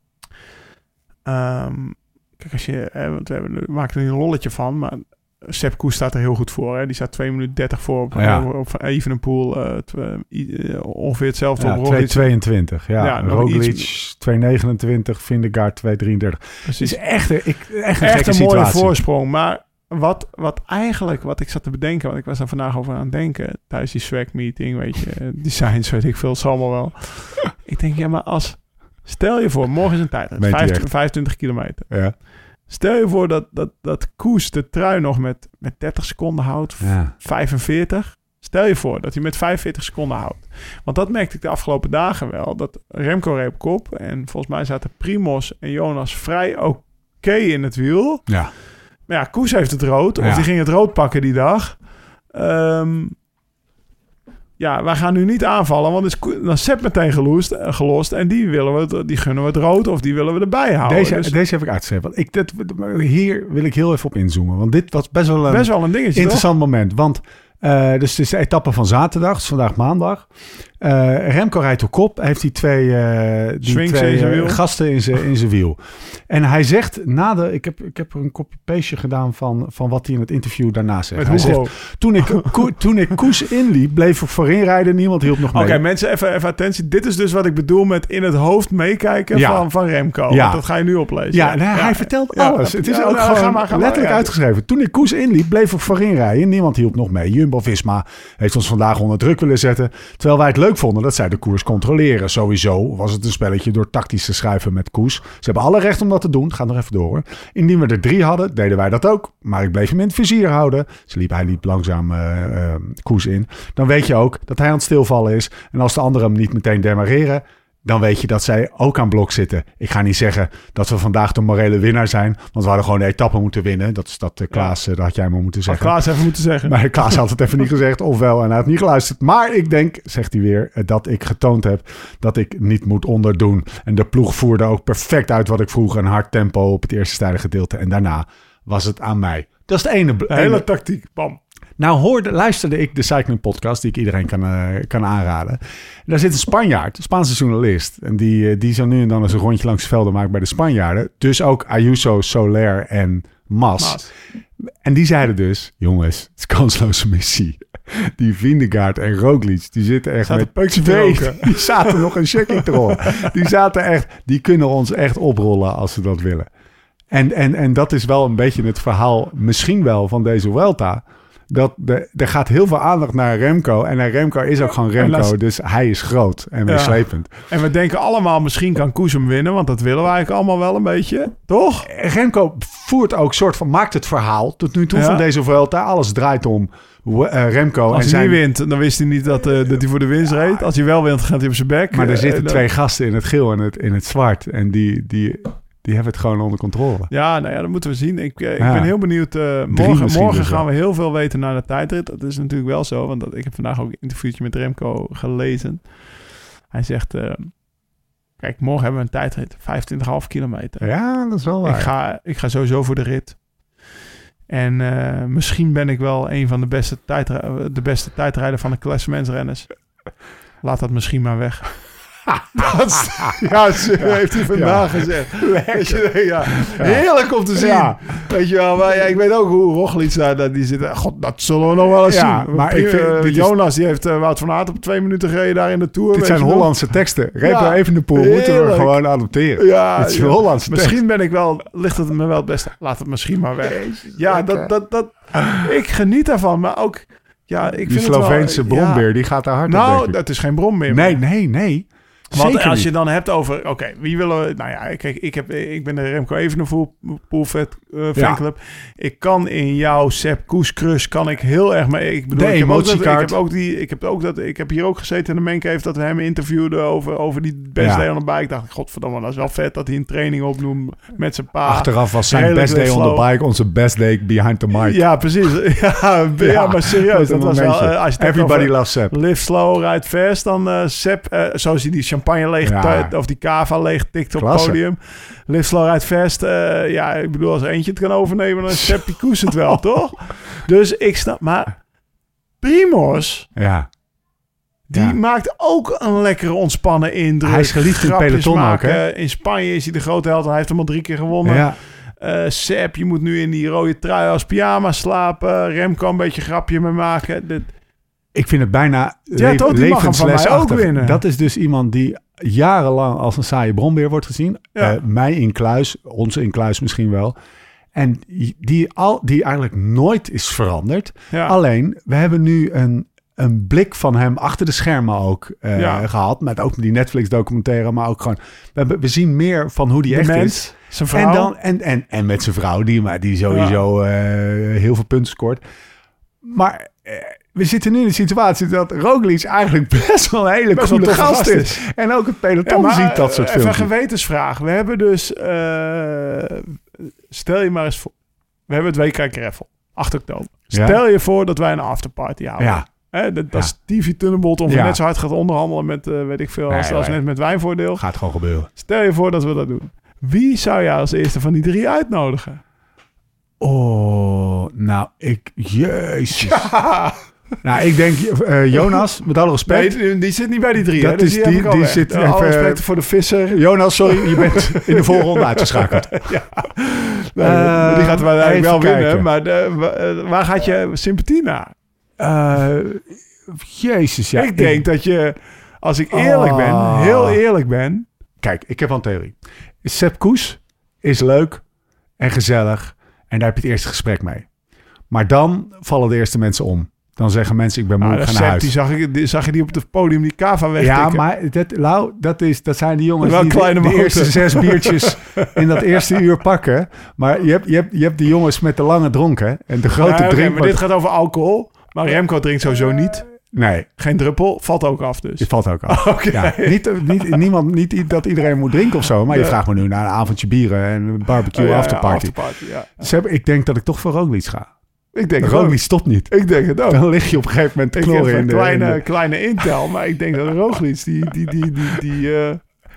Speaker 4: Um, kijk, als je, hè, want we, hebben, we maken er een lolletje van, maar Sepp Kuss staat er heel goed voor. Hè? Die staat twee minuten dertig voor op, ja. op, op Evenepoel. Uh, tw- uh, ongeveer hetzelfde
Speaker 2: ja,
Speaker 4: op Roglic.
Speaker 2: twee tweeëntwintig, ja. ja Roglic iets... twee negenentwintig, Vingegaard twee drieëndertig.
Speaker 4: Precies.
Speaker 2: Het is echt, ik, echt een,
Speaker 4: echt
Speaker 2: gekke
Speaker 4: een mooie
Speaker 2: situatie.
Speaker 4: voorsprong. Maar wat, wat eigenlijk, wat ik zat te bedenken, want ik was daar vandaag over aan het denken, tijdens die swag meeting, weet je, designs, weet ik veel, het zal allemaal wel. Ik denk, ja, maar als... Stel je voor, morgen is een tijd. vijfentwintig kilometer.
Speaker 2: Ja.
Speaker 4: Stel je voor dat, dat, dat Kuss de trui nog met, met dertig seconden houdt.
Speaker 2: Ja.
Speaker 4: vijfenveertig. Stel je voor dat hij met vijfenveertig seconden houdt. Want dat merkte ik de afgelopen dagen wel. Dat Remco reed op kop. En volgens mij zaten Primož en Jonas vrij oké okay in het wiel.
Speaker 2: Ja.
Speaker 4: Maar ja, Kuss heeft het rood. Of
Speaker 2: ja.
Speaker 4: die ging het rood pakken die dag. Um, Ja, wij gaan nu niet aanvallen, want is dan is Sepp meteen gelost, gelost. En die, willen we, die gunnen we het rood of die willen we erbij houden.
Speaker 2: Deze,
Speaker 4: dus,
Speaker 2: deze heb ik uitgeschreven. Ik, dit, hier wil ik heel even op inzoomen. Want dit was best wel een,
Speaker 4: best wel een dingetje,
Speaker 2: interessant
Speaker 4: toch?
Speaker 2: moment. Want uh, dus het is de etappe van zaterdag, het is vandaag maandag. Uh, Remco rijdt op kop. Hij heeft die twee, uh, die twee in uh, gasten in zijn in zijn wiel. En hij zegt, na de, ik, heb, ik heb er een copy-paste gedaan van, van wat hij in het interview daarna zegt. Met hij zegt, toen ik, ko, toen ik Koes inliep, bleef ik voorin rijden. Niemand hielp nog mee.
Speaker 4: Oké, okay, mensen, even, even attentie. Dit is dus wat ik bedoel met in het hoofd meekijken ja. van, van Remco. Ja. Want dat ga je nu oplezen.
Speaker 2: Ja, nee, ja. hij vertelt ja. alles. Het is ja, ook nou, gewoon maar, letterlijk maar, uitgeschreven. Toen ik Koes inliep, bleef ik voorin rijden. Niemand hielp nog mee. Jumbo-Visma heeft ons vandaag onder druk willen zetten. Terwijl wij het leuk vonden dat zij de koers controleren. Sowieso was het een spelletje door tactisch te schuiven met Koes. Ze hebben alle recht om dat te doen. Gaat nog even door. Hoor. Indien we er drie hadden, deden wij dat ook. Maar ik bleef hem in het vizier houden. Ze liep, hij liep langzaam uh, uh, Koes in. Dan weet je ook dat hij aan het stilvallen is. En als de anderen hem niet meteen demareren, dan weet je dat zij ook aan blok zitten. Ik ga niet zeggen dat we vandaag de morele winnaar zijn. Want we hadden gewoon de etappe moeten winnen. Dat is dat uh, Klaas, ja. uh, dat had jij maar moeten zeggen.
Speaker 4: Had Klaas even moeten zeggen.
Speaker 2: Maar Klaas had het even niet gezegd. Ofwel, en hij had niet geluisterd. Maar ik denk, zegt hij weer, uh, dat ik getoond heb dat ik niet moet onderdoen. En de ploeg voerde ook perfect uit wat ik vroeg. Een hard tempo op het eerste stijlgedeelte. En daarna was het aan mij. Dat is de ene...
Speaker 4: De hele ene, tactiek, bam.
Speaker 2: Nou hoorde, luisterde ik de Cycling Podcast, die ik iedereen kan, uh, kan aanraden. En daar zit een Spanjaard, een Spaanse journalist. En die, uh, die zo nu en dan eens een rondje langs de velden maakt bij de Spanjaarden. Dus ook Ayuso, Soler en Mas. Mas. En die zeiden dus, jongens, het is kansloze missie. Die Vingegaard en Roglic, die zitten echt
Speaker 4: zaten
Speaker 2: met twee. Die zaten nog een checking te rollen. Die zaten echt, die kunnen ons echt oprollen als ze dat willen. En, en, en dat is wel een beetje het verhaal, misschien wel, van deze Vuelta. Dat de, er gaat heel veel aandacht naar Remco. En naar Remco is ook gewoon Remco. Als, dus hij is groot en meeslepend.
Speaker 4: Ja. En we denken allemaal, misschien kan Koes hem winnen. Want dat willen we eigenlijk allemaal wel een beetje. Toch?
Speaker 2: Remco voert ook soort van, maakt het verhaal tot nu toe ja. van deze Vuelta. Alles draait om uh, Remco.
Speaker 4: Als
Speaker 2: en
Speaker 4: hij zijn... niet wint, dan wist hij niet dat, uh, dat hij voor de winst ja. reed. Als hij wel wint, gaat hij op zijn bek.
Speaker 2: Maar er
Speaker 4: uh,
Speaker 2: zitten
Speaker 4: uh,
Speaker 2: twee gasten in het geel en het, in het zwart. En die... die Die hebben het gewoon onder controle.
Speaker 4: Ja, nou ja, dat moeten we zien. Ik, ik ja. ben heel benieuwd. Uh, morgen morgen gaan we heel veel weten naar de tijdrit. Dat is natuurlijk wel zo. Want dat, ik heb vandaag ook een interviewtje met Remco gelezen. Hij zegt... Uh, kijk, morgen hebben we een tijdrit. vijfentwintig komma vijf kilometer.
Speaker 2: Ja, dat is wel waar.
Speaker 4: Ik ga, ik ga sowieso voor de rit. En uh, misschien ben ik wel een van de beste, tijdri- de beste tijdrijder van de klassementsrenners. Laat dat misschien maar weg.
Speaker 2: Dat,
Speaker 4: ja, ze ja, heeft hij vandaag ja. gezegd. Je, ja. Ja. Heerlijk om te zien. Ja. Weet je wel, maar ja, ik weet ook hoe Roglic daar, daar die zit. God, dat zullen we nog wel eens ja, zien. Maar ik vind, uh, Jonas, die heeft uh, Wout van Aert op twee minuten gereden daar in de Tour.
Speaker 2: Dit zijn Hollandse nog? teksten. Remco ja, Evenepoel moeten we gewoon adopteren. Ja, dit is ja. Hollandse
Speaker 4: Misschien
Speaker 2: tekst.
Speaker 4: ben ik wel, ligt het me wel het beste. Laat het misschien maar weg. Jezus, ja, dat, dat, dat, ik geniet daarvan, maar ook... Ja, ik
Speaker 2: die
Speaker 4: vind
Speaker 2: Sloveense
Speaker 4: het wel,
Speaker 2: brombeer,
Speaker 4: ja.
Speaker 2: die gaat daar hard
Speaker 4: nou,
Speaker 2: op.
Speaker 4: Nou, dat is geen brombeer.
Speaker 2: Nee, nee, nee.
Speaker 4: Want
Speaker 2: Zeker
Speaker 4: als
Speaker 2: niet.
Speaker 4: je dan hebt over... Oké, okay, wie willen we... Nou ja, kijk, ik, heb, ik ben de Remco Evenepoel uh, fanclub. Ja. Ik kan in jouw Sepp Koes crush kan ik heel erg mee... Ik bedoel,
Speaker 2: de
Speaker 4: ik heb, ook dat, ik
Speaker 2: heb
Speaker 4: heb ook die... Ik heb ook dat... Ik heb hier ook gezeten in de Mancave dat we hem interviewden over, over die best day on the bike. Ik dacht, godverdomme, dat is wel vet dat hij een training opnoemt met zijn pa.
Speaker 2: Achteraf was zijn best day on the bike onze best day behind the mic.
Speaker 4: Ja, precies. Ja, ja, ja maar serieus. Dat was wel... Uh, als je
Speaker 2: Everybody loves Sepp.
Speaker 4: Live slow, ride fast. Dan uh, Sepp, uh, zoals hij die champagne leeg... Ja. Of die cava leeg tikt op het podium. Live slow, ride fast. Uh, ja, ik bedoel, als er eentje het kan overnemen, dan is Sepp Koes het wel, toch? Dus ik snap... Maar Primoz...
Speaker 2: Ja.
Speaker 4: Die ja. maakt ook een lekkere ontspannen indruk.
Speaker 2: Hij is geliefd in peloton ook, hè?
Speaker 4: In Spanje is hij de grote held en hij heeft hem al drie keer gewonnen.
Speaker 2: Ja.
Speaker 4: Uh, Sepp, je moet nu in die rode trui als pyjama slapen. Remco een beetje grapje mee maken. Dit...
Speaker 2: Ik vind het bijna
Speaker 4: ja,
Speaker 2: le-
Speaker 4: levenslesachtig.
Speaker 2: Dat is dus iemand die jarenlang als een saaie brombeer wordt gezien. Ja. Uh, mij in kluis, ons in kluis misschien wel. En die, al, die eigenlijk nooit is veranderd. Ja. Alleen, we hebben nu een, een blik van hem achter de schermen ook uh, ja. gehad. Met ook die Netflix documentaire, maar ook gewoon... We, hebben, we zien meer van hoe die de echt mens, is.
Speaker 4: Zijn vrouw.
Speaker 2: En, dan, en, en, en met zijn vrouw, die, die sowieso ja. uh, heel veel punten scoort. Maar... Uh, we zitten nu in de situatie dat Roglic eigenlijk best wel een hele best coole gast is. is. En ook het peloton ja, ziet dat soort filmpjes.
Speaker 4: Even een gewetensvraag. We hebben dus... Uh, stel je maar eens voor... We hebben het W K Gravel. acht oktober. Stel ja. je voor dat wij een afterparty houden.
Speaker 2: Ja.
Speaker 4: Hè, dat ja. is T V Tunnelbolt of ja. net zo hard gaat onderhandelen met, uh, weet ik veel, als, nee, als net met wijnvoordeel.
Speaker 2: Gaat gewoon gebeuren.
Speaker 4: Stel je voor dat we dat doen. Wie zou jij als eerste van die drie uitnodigen?
Speaker 2: Oh, nou, ik... Jezus.
Speaker 4: Ja.
Speaker 2: Nou, ik denk uh, Jonas, met alle respect.
Speaker 4: Nee, die zit niet bij die drie.
Speaker 2: Dat
Speaker 4: hè? Dus
Speaker 2: is
Speaker 4: die,
Speaker 2: die, die zit
Speaker 4: uh, alle
Speaker 2: even,
Speaker 4: respect voor de visser.
Speaker 2: Jonas, sorry, je bent in de voorronde uitgeschakeld.
Speaker 4: ja. Nee, uh, die gaat wel eigenlijk wel
Speaker 2: kijken.
Speaker 4: winnen. Maar de, waar gaat je sympathie naar?
Speaker 2: Uh, jezus, ja.
Speaker 4: Ik denk ik, dat je, als ik eerlijk oh. ben, heel eerlijk ben...
Speaker 2: Kijk, ik heb wel een theorie. Sepp Kuss is leuk en gezellig. En daar heb je het eerste gesprek mee. Maar dan vallen de eerste mensen om. Dan zeggen mensen, ik ben moe, ah, ik ga naar huis.
Speaker 4: Die zag, ik, die, zag je die op het podium die kava wegtikken?
Speaker 2: Ja, maar dat, Lau, dat, is, dat zijn die jongens
Speaker 4: wel
Speaker 2: die
Speaker 4: kleine
Speaker 2: de, de eerste zes biertjes in dat eerste uur pakken. Maar je hebt, je hebt, je hebt die jongens met de lange dronken en de grote ja, okay, drink.
Speaker 4: Maar dit gaat over alcohol. Maar Remco drinkt sowieso niet.
Speaker 2: Nee.
Speaker 4: Geen druppel. Valt ook af dus.
Speaker 2: Het valt ook af.
Speaker 4: Oh, okay.
Speaker 2: ja, niet, niet, niemand, niet dat iedereen moet drinken of zo. Maar ja. je vraagt me nu naar een avondje bieren en een barbecue oh, ja, afterparty. Ja, afterparty ja. Dus heb, ik denk dat ik toch voor Roglic ga.
Speaker 4: Ik denk
Speaker 2: Roglic stopt niet.
Speaker 4: Ik denk het ook.
Speaker 2: Dan lig je op een gegeven moment te knorren in
Speaker 4: een
Speaker 2: de...
Speaker 4: kleine,
Speaker 2: in de...
Speaker 4: kleine intel. Maar ik denk dat Roglic, die, die, die, die, die, uh,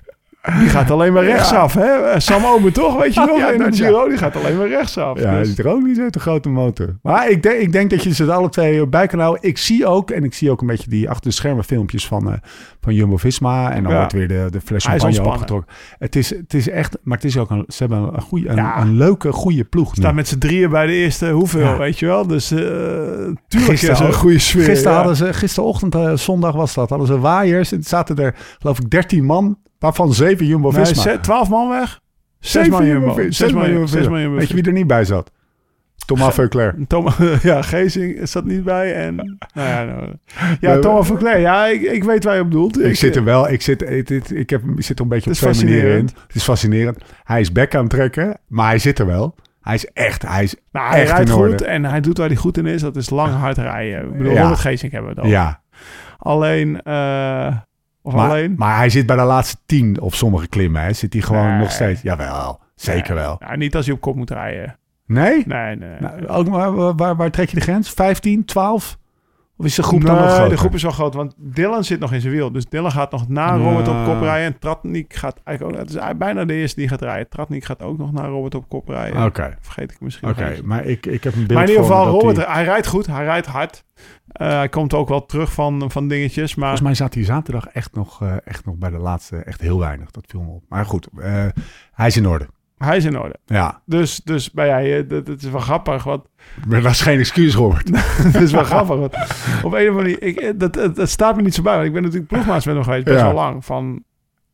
Speaker 4: die gaat alleen maar rechtsaf. Ja. Hè? Sam Omen toch, weet je nog? Ja, in de Giro, die gaat alleen maar rechtsaf.
Speaker 2: Ja, dus. Die Roglic heeft een grote motor. Maar ik denk, ik denk dat je ze alle twee bij kan houden. Ik zie ook, en ik zie ook een beetje die achter de schermen filmpjes van, uh, van Jumbo-Visma. En dan ja. wordt weer de, de fles champagne opgetrokken. Het is, het is echt, maar het is ook een, ze hebben een, goeie, een, ja. een leuke, goede ploeg.
Speaker 4: Staan met z'n drieën bij de eerste hoeveel, ja. weet je wel. Dus uh, tuurlijk gisteren, is er een goede sfeer.
Speaker 2: Gisteren
Speaker 4: ja.
Speaker 2: hadden ze, gisterochtend, uh, zondag was dat, hadden ze waaiers. En zaten er, geloof ik, dertien man. Waarvan zeven Jumbo-Visma.
Speaker 4: Nee, twaalf man weg.
Speaker 2: Zes man Jumbo-Visma. Zes man Jumbo-Visma. Jumbo Weet je wie er niet bij zat? Thomas Voeckler.
Speaker 4: Thomas, ja, Geesing zat niet bij. En, nou ja, nou, ja, Thomas Voeckler. Ja, ik, ik weet waar je op bedoelt.
Speaker 2: Ik,
Speaker 4: ik
Speaker 2: zit er wel. Ik zit, ik, ik, ik, heb, ik zit er een beetje op twee manieren in. Het is fascinerend. Hij is bek aan het trekken, maar hij zit er wel. Hij is echt, hij is
Speaker 4: nou, hij
Speaker 2: echt
Speaker 4: rijdt
Speaker 2: in orde.
Speaker 4: goed en hij doet waar hij goed in is. Dat is lang hard rijden. Ik bedoel,
Speaker 2: ja.
Speaker 4: Robert Geesing hebben we het over.
Speaker 2: Ja.
Speaker 4: Alleen... Uh, Of
Speaker 2: maar,
Speaker 4: alleen?
Speaker 2: maar hij zit bij de laatste tien op sommige klimmen. Hè? Zit hij gewoon
Speaker 4: nee.
Speaker 2: nog steeds... Jawel, zeker
Speaker 4: nee.
Speaker 2: wel.
Speaker 4: Ja, niet als hij op kop moet rijden.
Speaker 2: Nee?
Speaker 4: Nee, nee.
Speaker 2: Nou, ook, waar, waar, waar trek je de grens? vijftien, twaalf? Of is de groep
Speaker 4: nee,
Speaker 2: dan nog groter?
Speaker 4: De groep is wel groot, want Dylan zit nog in zijn wiel. Dus Dylan gaat nog na Robert uh. op kop rijden. En Tratnik gaat eigenlijk ook... Het is bijna de eerste die gaat rijden. Tratnik gaat ook nog naar Robert op kop rijden.
Speaker 2: Oké. Okay.
Speaker 4: Vergeet ik misschien
Speaker 2: Oké, okay, maar ik, ik heb een beeld
Speaker 4: Maar in ieder geval, Robert,
Speaker 2: die...
Speaker 4: hij rijdt goed. Hij rijdt hard. Uh, hij komt ook wel terug van, van dingetjes. Maar...
Speaker 2: Volgens mij zat hij zaterdag echt nog, uh, echt nog bij de laatste... Echt heel weinig, dat viel me op. Maar goed, uh, hij is in orde.
Speaker 4: Hij is in orde.
Speaker 2: Ja.
Speaker 4: Dus, dus ben jij... Dat, dat is wel grappig, want...
Speaker 2: Maar dat is geen excuus, Robert.
Speaker 4: Dat is wel grappig. Want op een of andere manier... Ik, dat, dat, dat staat me niet zo bij. Want ik ben natuurlijk ploegmaats met hem geweest. Best ja. wel lang. Van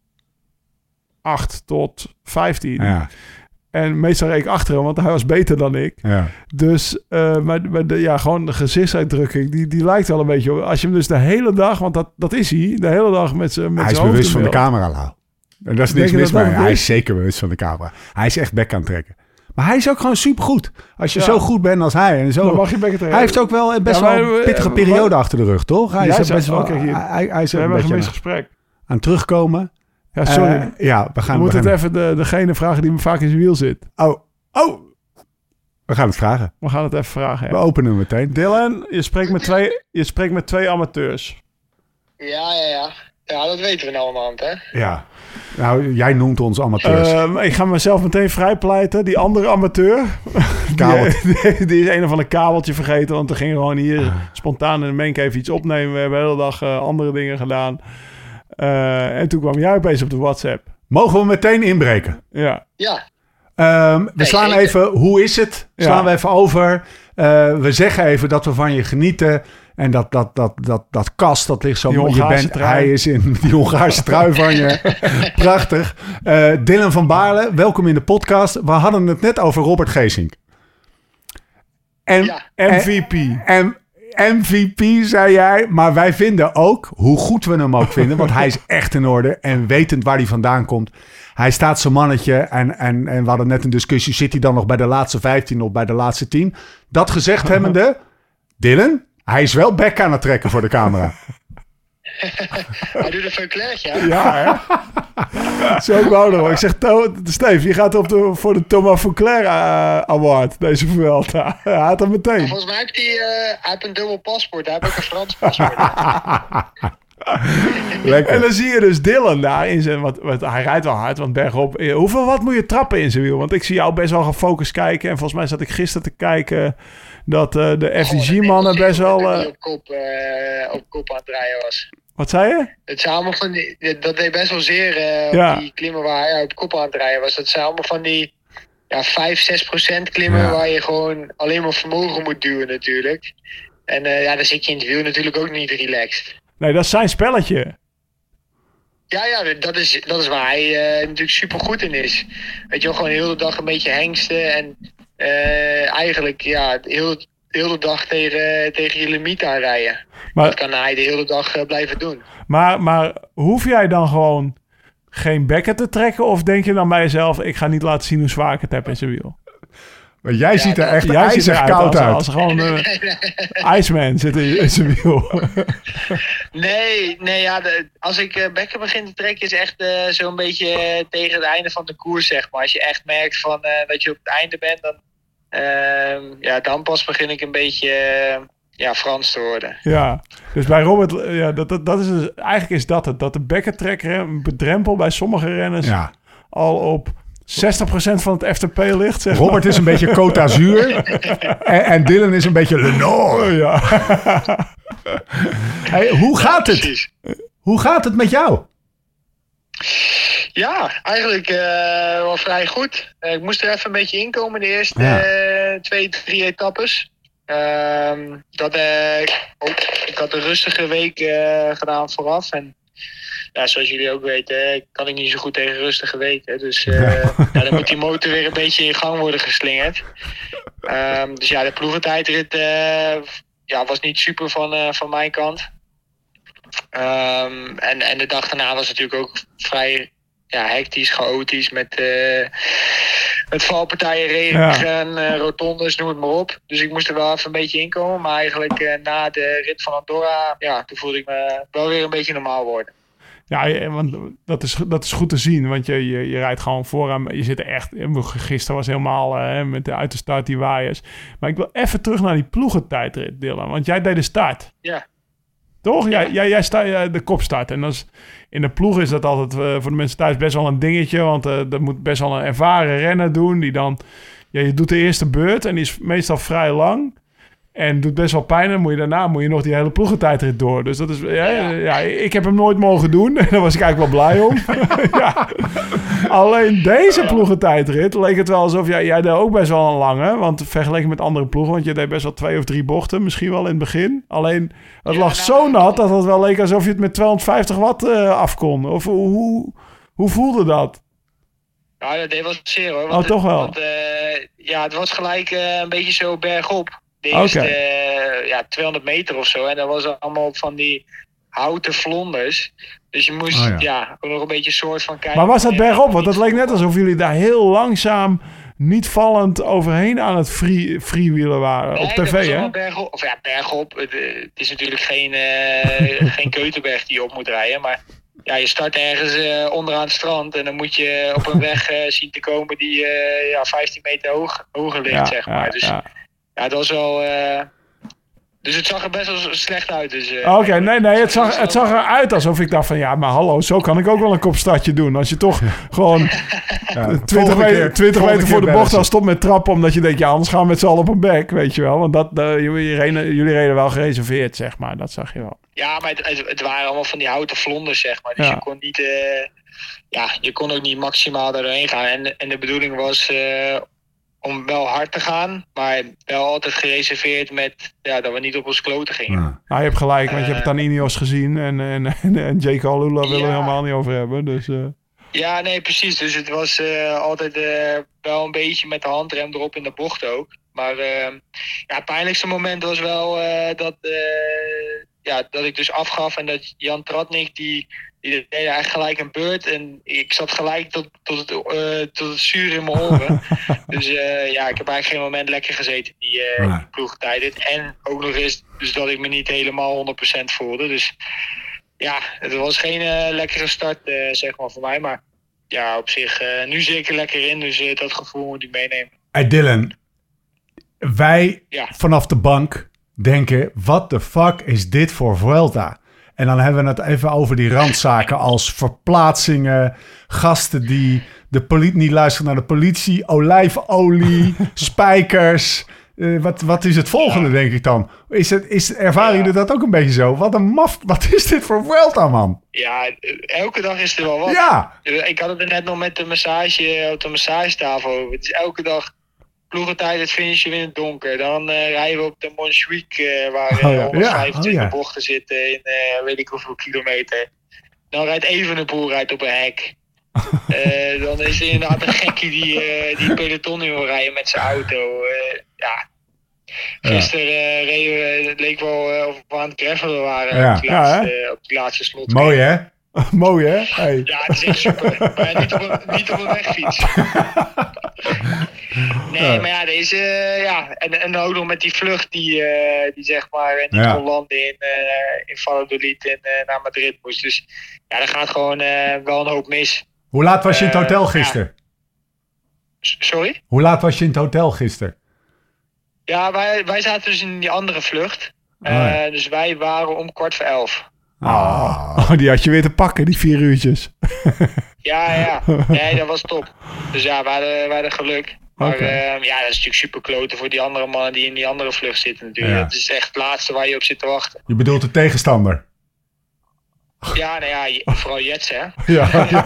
Speaker 4: acht tot vijftien.
Speaker 2: Ja.
Speaker 4: En meestal reed ik achter hem, want hij was beter dan ik.
Speaker 2: Ja.
Speaker 4: Dus, uh, maar, maar de, ja, gewoon de gezichtsuitdrukking, die, die lijkt wel een beetje op. Als je hem dus de hele dag, want dat, dat is hij, de hele dag met zijn met
Speaker 2: Hij is bewust van de camera, Lau. En dat is niks mis mee. Hij is zeker bewust van de camera. Hij is echt bek aan het trekken. Maar hij is ook gewoon supergoed. Als je ja. zo goed bent als hij. En zo,
Speaker 4: dan mag je bekken trekken.
Speaker 2: Hij heeft ook wel best ja, wel een pittige periode maar, achter de rug, toch? Hij is best wel...
Speaker 4: Okay,
Speaker 2: hij, hij is
Speaker 4: we hebben een gemist gesprek.
Speaker 2: Aan terugkomen.
Speaker 4: Ja, sorry.
Speaker 2: Uh, ja, we gaan...
Speaker 4: We moeten
Speaker 2: het
Speaker 4: even de, degene vragen die me vaak in zijn wiel zit.
Speaker 2: Oh, oh! We gaan het vragen.
Speaker 4: We gaan het even vragen, ja.
Speaker 2: We openen hem meteen.
Speaker 4: Dylan, je spreekt met twee, je spreekt met twee amateurs.
Speaker 5: Ja, ja, ja. Ja, dat weten we nou allemaal, hè?
Speaker 2: Ja. Nou, jij noemt ons amateurs.
Speaker 4: Uh, ik ga mezelf meteen vrijpleiten. Die andere amateur, die, die, die is een of ander kabeltje vergeten. Want we gingen gewoon hier uh. spontaan in de maincave iets opnemen. We hebben de hele dag uh, andere dingen gedaan. Uh, en toen kwam jij opeens op de WhatsApp.
Speaker 2: Mogen we meteen inbreken?
Speaker 4: Ja.
Speaker 5: Ja.
Speaker 2: Um, we nee, slaan zeker. even, hoe is het? Slaan ja. we even over. Uh, we zeggen even dat we van je genieten. En dat, dat, dat, dat, dat kast, dat ligt zo... Je bent, hij is in die Hongaarse trui van je. Prachtig. Uh, Dylan van Baarle, welkom in de podcast. We hadden het net over Robert Geesink. En,
Speaker 4: ja. M V P.
Speaker 2: En, M V P, zei jij. Maar wij vinden ook, hoe goed we hem ook vinden... want hij is echt in orde en wetend waar hij vandaan komt... Hij staat zijn mannetje en, en, en we hadden net een discussie... zit hij dan nog bij de laatste vijftien of bij de laatste tien? Dat gezegd hebbende, Dylan, hij is wel bek aan het trekken voor de camera.
Speaker 5: Hij doet een verkleurtje.
Speaker 4: Ja, hè? Zo ook wel nog. Ik zeg, Steve, je gaat op de, voor de Thomas Voeckler uh, Award, deze Vuelta. Hij had hem meteen.
Speaker 5: Maar volgens mij heeft hij, uh, hij heeft een dubbel paspoort. Hij heeft ook een Frans paspoort.
Speaker 2: Lekker.
Speaker 4: En dan zie je dus Dylan daar in zijn... Wat, wat, hij rijdt wel hard, want bergop... Hoeveel wat moet je trappen in zijn wiel? Want ik zie jou best wel gefocust kijken. En volgens mij zat ik gisteren te kijken... dat uh, de F D G-mannen best wel... Uh...
Speaker 5: op kop, uh, op kop aan het rijden was.
Speaker 4: Wat zei je?
Speaker 5: Het zijn allemaal van die, dat deed best wel zeer uh,
Speaker 4: ja.
Speaker 5: op die klimmen waar hij op kop aan het rijden was. Dat zijn allemaal van die ja, vijf, zes procent klimmen ja. waar je gewoon alleen maar vermogen moet duwen natuurlijk. En uh, ja, dan zit je in het wiel natuurlijk ook niet relaxed.
Speaker 4: Nee, dat is zijn spelletje.
Speaker 5: Ja, ja, dat is, dat is waar hij uh, natuurlijk super goed in is. Weet je wel, gewoon de hele dag een beetje hengsten en uh, eigenlijk ja, de hele, de hele dag tegen, tegen je limiet aanrijden. Maar, dat kan hij de hele dag uh, blijven doen.
Speaker 4: Maar, maar hoef jij dan gewoon geen bekken te trekken? Of denk je dan bij jezelf, ik ga niet laten zien hoe zwaar ik het heb in zijn wiel?
Speaker 2: Maar jij ja, ziet er echt
Speaker 4: jij
Speaker 2: ijzig
Speaker 4: ziet
Speaker 2: koud
Speaker 4: uit.
Speaker 2: uit.
Speaker 4: Als, als gewoon uh, Iceman zit in, in zijn wiel.
Speaker 5: nee, nee ja, de, als ik uh, bekken begin te trekken is echt uh, zo'n beetje uh, tegen het einde van de koers, zeg maar. Als je echt merkt van, uh, dat je op het einde bent, dan, uh, ja, dan pas begin ik een beetje... Uh, Ja, Frans te worden.
Speaker 4: Ja, dus bij Robert, ja, dat, dat, dat is dus, eigenlijk is dat het. Dat de bekkentrekker, een bedrempel bij sommige renners ja. al op zestig procent van het F T P ligt. Zeg
Speaker 2: Robert
Speaker 4: maar.
Speaker 2: is een beetje Côte d'Azur en, en Dylan is een beetje Le Nord.
Speaker 4: Ja.
Speaker 2: Hey, hoe gaat het?
Speaker 5: Precies.
Speaker 2: Hoe gaat het met jou?
Speaker 5: Ja, eigenlijk uh, wel vrij goed. Uh, ik moest er even een beetje inkomen de eerste ja. uh, twee, drie etappes. Um, dat, uh, oh, ik had een rustige week uh, gedaan vooraf. En ja, zoals jullie ook weten, kan ik niet zo goed tegen rustige weken. Dus uh, ja, dan moet die motor weer een beetje in gang worden geslingerd. Um, dus ja, de ploegentijdrit uh, ja, was niet super van, uh, van mijn kant. Um, en, en de dag daarna was natuurlijk ook vrij ja, hectisch, chaotisch met... Uh, Met valpartijen, regen, ja. uh, rotondes, noem het maar op. Dus ik moest er wel even een beetje inkomen. Maar eigenlijk uh, na de rit van Andorra, ja, toen voelde ik me wel weer een beetje normaal worden.
Speaker 4: Ja, want dat is, dat is goed te zien. Want je, je, je rijdt gewoon vooraan. Je zit er echt... Gisteren was helemaal uh, met de uit de start die waaiers. Maar ik wil even terug naar die ploegentijdrit, Dylan. Want jij deed de start.
Speaker 5: Ja.
Speaker 4: Toch? Ja. Jij, jij, jij sta de kopstart. En dat is, in de ploeg is dat altijd uh, voor de mensen thuis best wel een dingetje. Want uh, dat moet best wel een ervaren renner doen. Die dan... Ja, je doet de eerste beurt en die is meestal vrij lang. En doet best wel pijn. En dan moet je daarna moet je nog die hele ploegentijdrit door. Dus dat is... Ja, ja. ja, ik heb hem nooit mogen doen. Daar was ik eigenlijk wel blij om. ja. Alleen deze ploegentijdrit leek het wel alsof... Ja, jij deed ook best wel een lange. Want vergeleken met andere ploegen... Want je deed best wel twee of drie bochten. Misschien wel in het begin. Alleen het
Speaker 5: ja,
Speaker 4: lag
Speaker 5: nou,
Speaker 4: zo nat dat het wel leek alsof je het met tweehonderdvijftig watt uh, af kon. Of hoe, hoe voelde dat?
Speaker 5: Nou, dat deed wel zeer hoor. Want
Speaker 4: oh, toch wel?
Speaker 5: Want, uh, ja, het was gelijk uh, een beetje zo bergop. De eerste okay. uh, ja, tweehonderd meter of zo. En dat was allemaal van die houten vlonders. Dus je moest oh, ja. ja, ook nog een beetje soort van kijken.
Speaker 4: Maar was dat bergop? Want dat leek net alsof jullie daar heel langzaam, niet vallend overheen aan het free, freewheelen waren.
Speaker 5: Nee,
Speaker 4: op tv, hè?
Speaker 5: Bergop. Of ja, bergop. Het, het is natuurlijk geen, uh, geen Keutenberg die je op moet rijden. Maar ja, je start ergens uh, onderaan het strand. En dan moet je op een weg uh, zien te komen die uh, ja, vijftien meter hoog, hoger ligt, ja, zeg maar. Ja, dus ja. ja, het was wel... Uh, dus het zag er best wel slecht uit. Dus, uh,
Speaker 4: Oké, okay, nee, nee, het zag, het zag eruit alsof ik dacht van... Ja, maar hallo, zo kan ik ook wel een kopstartje doen. Als je toch gewoon ja, twintig meter, twintig meter voor de bocht al stopt met trappen... omdat je denkt, ja, anders gaan we met z'n allen op een bek, weet je wel. Want dat, uh, jullie, reden, jullie reden wel gereserveerd, zeg maar. Dat zag je wel.
Speaker 5: Ja, maar het, het, het waren allemaal van die houten vlonders, zeg maar. Dus ja. je kon niet... Uh, ja, je kon ook niet maximaal er doorheen gaan. En, en de bedoeling was... Uh, om wel hard te gaan, maar wel altijd gereserveerd met ja, dat we niet op ons kloten gingen.
Speaker 4: Ja. Nou, je hebt gelijk, want je uh, hebt dan Ineos gezien en, en, en, en Jake Alula willen ja. we helemaal niet over hebben. Dus, uh...
Speaker 5: Ja, nee, precies. Dus het was uh, altijd uh, wel een beetje met de handrem erop in de bocht ook. Maar uh, ja, het pijnlijkste moment was wel uh, dat, uh, ja, dat ik dus afgaf en dat Jan Tratnik, die, die deed eigenlijk gelijk een beurt. En ik zat gelijk tot, tot, het, uh, tot het zuur in mijn oren. Dus uh, ja, ik heb eigenlijk geen moment lekker gezeten in die, uh, ja. die ploegentijdrit. En ook nog eens dus dat ik me niet helemaal honderd procent voelde. Dus ja, het was geen uh, lekkere start, uh, zeg maar, voor mij. Maar ja, op zich uh, nu zeker lekker in. Dus uh, dat gevoel moet ik meenemen.
Speaker 2: Hey Dylan, wij
Speaker 5: ja.
Speaker 2: vanaf de bank denken... What the fuck is dit voor Vuelta? En dan hebben we het even over die randzaken als verplaatsingen, gasten die de politie niet luisteren naar de politie, olijfolie, spijkers. Uh, wat, wat is het volgende, ja. denk ik dan? Is het, is, ervaren ja. jullie dat ook een beetje zo? Wat een maf, wat is dit voor Vuelta, man?
Speaker 5: Ja, elke dag is er wel wat.
Speaker 2: Ja.
Speaker 5: Ik had het er net nog met de massage op de massagetafel over. Het is elke dag ploegentijd, het finishen in het donker. Dan uh, rijden we op de Montjuïc, uh, waar uh, oh, ja. honderdvijfentwintig ja. oh, ja. bochten zitten in uh, weet ik hoeveel kilometer. Dan rijdt Evenepoel rijdt op een hek. uh, dan is er inderdaad een gekkie die, uh, die peloton in wil rijden met zijn auto. Uh, ja. Gisteren uh, reden we, het leek wel uh, of we aan het gravelen waren ja. op, die laatste, ja, uh, op die laatste slot.
Speaker 2: Mooi hè? Mooi hè? Hey.
Speaker 5: Ja, het is echt super. Maar niet op een, niet op een wegfiets. Nee, ja. maar ja, deze, uh, ja, en, en ook nog met die vlucht die, uh, die zeg maar niet ja. kon landen in, uh, in Valladolid en uh, naar Madrid moest. Dus ja, er gaat gewoon uh, wel een hoop mis.
Speaker 2: Hoe laat was je in het hotel gisteren?
Speaker 5: Uh, ja. Sorry?
Speaker 2: Hoe laat was je in het hotel gisteren?
Speaker 5: Ja, wij, wij zaten dus in die andere vlucht. Uh, oh, ja. Dus wij waren om kwart voor elf.
Speaker 4: Oh, die had je weer te pakken, die vier uurtjes.
Speaker 5: Ja, ja. Nee, dat was top. Dus ja, we hadden, we hadden geluk. Maar okay. uh, ja, dat is natuurlijk super kloten voor die andere mannen die in die andere vlucht zitten natuurlijk. Ja. Dat is echt het laatste waar je op zit te wachten.
Speaker 2: Je bedoelt de tegenstander?
Speaker 5: Ja, nou ja, vooral Jetsen, hè?
Speaker 4: Ja, ja.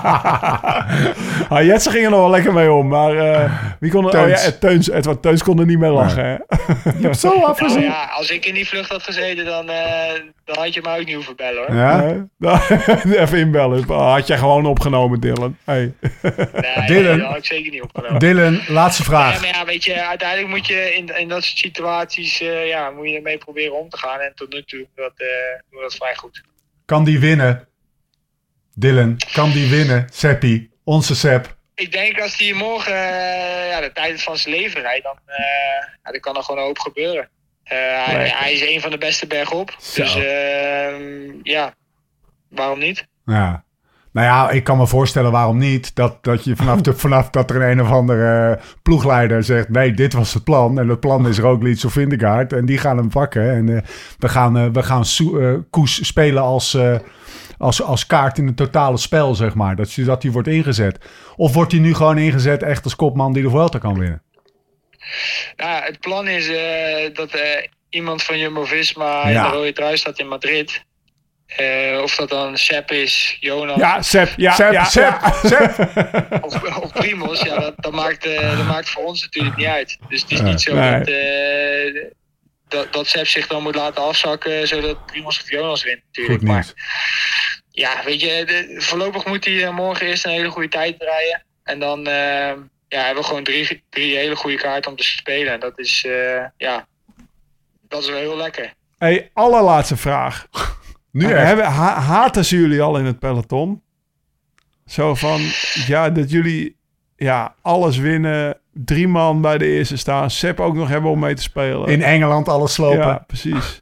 Speaker 4: ah, Jetsen ging er nog wel lekker mee om, maar uh, wie kon er... Teuns. Oh ja, Teuns, Edward Teuns kon er niet mee lachen, hè? Je hebt zo afgezien.
Speaker 5: Nou ja, als ik in die vlucht had gezeten, dan, uh, dan had je me ook niet hoeven bellen, hoor.
Speaker 2: Ja?
Speaker 4: Nee? Even inbellen. Had jij gewoon opgenomen, Dylan. Hey.
Speaker 5: Nee, Dylan, nee, dat had ik zeker niet opgenomen.
Speaker 2: Dylan, laatste vraag.
Speaker 5: Ja, maar ja, weet je, uiteindelijk moet je in, in dat soort situaties, uh, ja, moet je ermee proberen om te gaan. En tot nu toe doen we dat, uh, doen we dat vrij goed.
Speaker 2: Kan die winnen? Dylan, kan die winnen? Seppi, onze Sepp.
Speaker 5: Ik denk als hij morgen uh, ja, de tijd van zijn leven rijdt, dan, uh, ja, dan kan er gewoon een hoop gebeuren. Uh, hij, hij is een van de beste bergop. Zo. Dus uh, ja, waarom niet?
Speaker 2: Ja. Nou ja, ik kan me voorstellen waarom niet. Dat, dat je vanaf, de, vanaf dat er een of andere ploegleider zegt... nee, dit was het plan. En het plan is Roglic of Vingegaard. En die gaan hem pakken. En uh, we gaan, uh, we gaan so- uh, Koes spelen als, uh, als, als kaart in het totale spel, zeg maar. Dat, dat die wordt ingezet. Of wordt hij nu gewoon ingezet echt als kopman die de Vuelta kan winnen?
Speaker 5: Nou, het plan is uh, dat uh, iemand van Jumbo-Visma in
Speaker 2: ja.
Speaker 5: de rode trui staat in Madrid... Uh, of dat dan Sepp is, Jonas...
Speaker 4: Ja, Sepp. Ja,
Speaker 2: Sepp,
Speaker 4: ja,
Speaker 2: Sepp,
Speaker 4: ja.
Speaker 2: Sepp.
Speaker 5: Of, of Primoz, ja, dat, dat, maakt, uh, dat maakt voor ons natuurlijk niet uit. Dus het is
Speaker 2: ja,
Speaker 5: niet zo
Speaker 4: nee.
Speaker 5: dat, uh, dat, dat Sepp zich dan moet laten afzakken... zodat Primoz of Jonas wint natuurlijk.
Speaker 2: Goed
Speaker 5: maar ja, weet je, de, voorlopig moet hij morgen eerst een hele goede tijd rijden. En dan uh, ja, hebben we gewoon drie, drie hele goede kaarten om te spelen. En dat is, uh, ja, dat is wel heel lekker.
Speaker 4: Hey, allerlaatste vraag.
Speaker 2: Nu
Speaker 4: uh, hebben, ha- haten ze jullie al in het peloton? Zo van, ja, dat jullie ja, alles winnen, drie man bij de eerste staan, Sepp ook nog hebben om mee te spelen.
Speaker 2: In Engeland alles slopen.
Speaker 4: Ja, precies.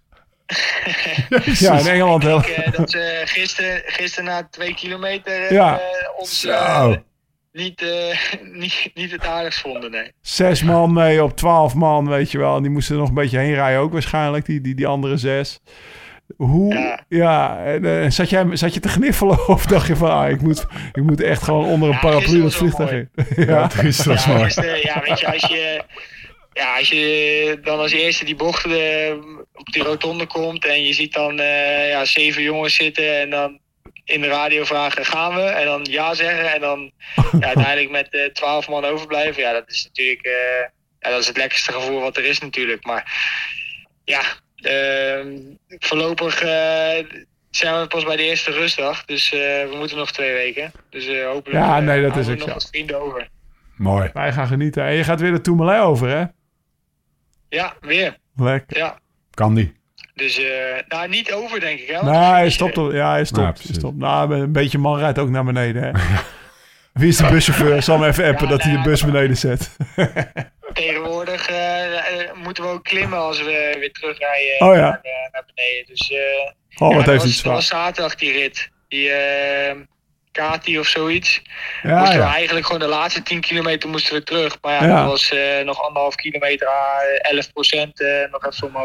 Speaker 4: Ja, in Engeland wel.
Speaker 5: Ik denk uh, dat ze gisteren, gisteren na twee kilometer uh,
Speaker 4: ja.
Speaker 5: ons uh, niet, uh, niet, niet het aardigst vonden, nee.
Speaker 4: Zes man mee op twaalf man, weet je wel. En die moesten er nog een beetje heen rijden ook waarschijnlijk, die, die, die andere zes. Hoe, ja, ja en, uh, zat, jij, zat je te gniffelen of dacht je van, ah, ik moet, ik moet echt gewoon onder een ja, paraplu het vliegtuig in?
Speaker 2: Ja, het is zo
Speaker 5: ja, gisteren, ja, weet je, als je, ja, als je dan als eerste die bochten uh, op die rotonde komt en je ziet dan uh, ja, zeven jongens zitten en dan in de radio vragen, gaan we? En dan ja zeggen en dan ja, uiteindelijk met uh, twaalf man overblijven. Ja, dat is natuurlijk, uh, ja, dat is het lekkerste gevoel wat er is natuurlijk. Maar ja... Uh, voorlopig uh, zijn we pas bij de eerste rustdag, dus uh, we moeten nog twee weken. Dus uh, hopelijk
Speaker 4: ja, nee, dat
Speaker 5: uh,
Speaker 4: is
Speaker 5: we
Speaker 4: ook
Speaker 5: nog
Speaker 4: zo.
Speaker 5: wat vrienden over.
Speaker 2: Mooi.
Speaker 4: Wij gaan genieten. En je gaat weer de Tourmalet over, hè?
Speaker 5: Ja, weer.
Speaker 4: Lekker.
Speaker 5: Ja.
Speaker 2: Kan die?
Speaker 5: Dus, uh, nou, niet over, denk ik. Hè?
Speaker 4: Nee, hij stopt. Op, ja, hij stopt.
Speaker 2: Nou,
Speaker 4: hij stopt. Nou, een beetje man rijdt ook naar beneden, hè? Wie is de buschauffeur? Zal me even appen ja, dat hij nou, de bus beneden zet.
Speaker 5: Tegenwoordig uh, moeten we ook klimmen als we weer terugrijden
Speaker 4: oh, ja.
Speaker 5: naar, uh, naar beneden. Dus, uh,
Speaker 4: oh, wat
Speaker 5: ja,
Speaker 4: heeft
Speaker 5: was,
Speaker 4: iets zwaar.
Speaker 5: Dat was zaterdag die rit. Die uh, Kati of zoiets.
Speaker 2: Ja,
Speaker 5: moesten
Speaker 2: ja.
Speaker 5: we eigenlijk gewoon de laatste tien kilometer moesten we terug. Maar ja,
Speaker 4: ja.
Speaker 5: dat was uh, nog anderhalf kilometer à elf procent uh, nog even omhoog.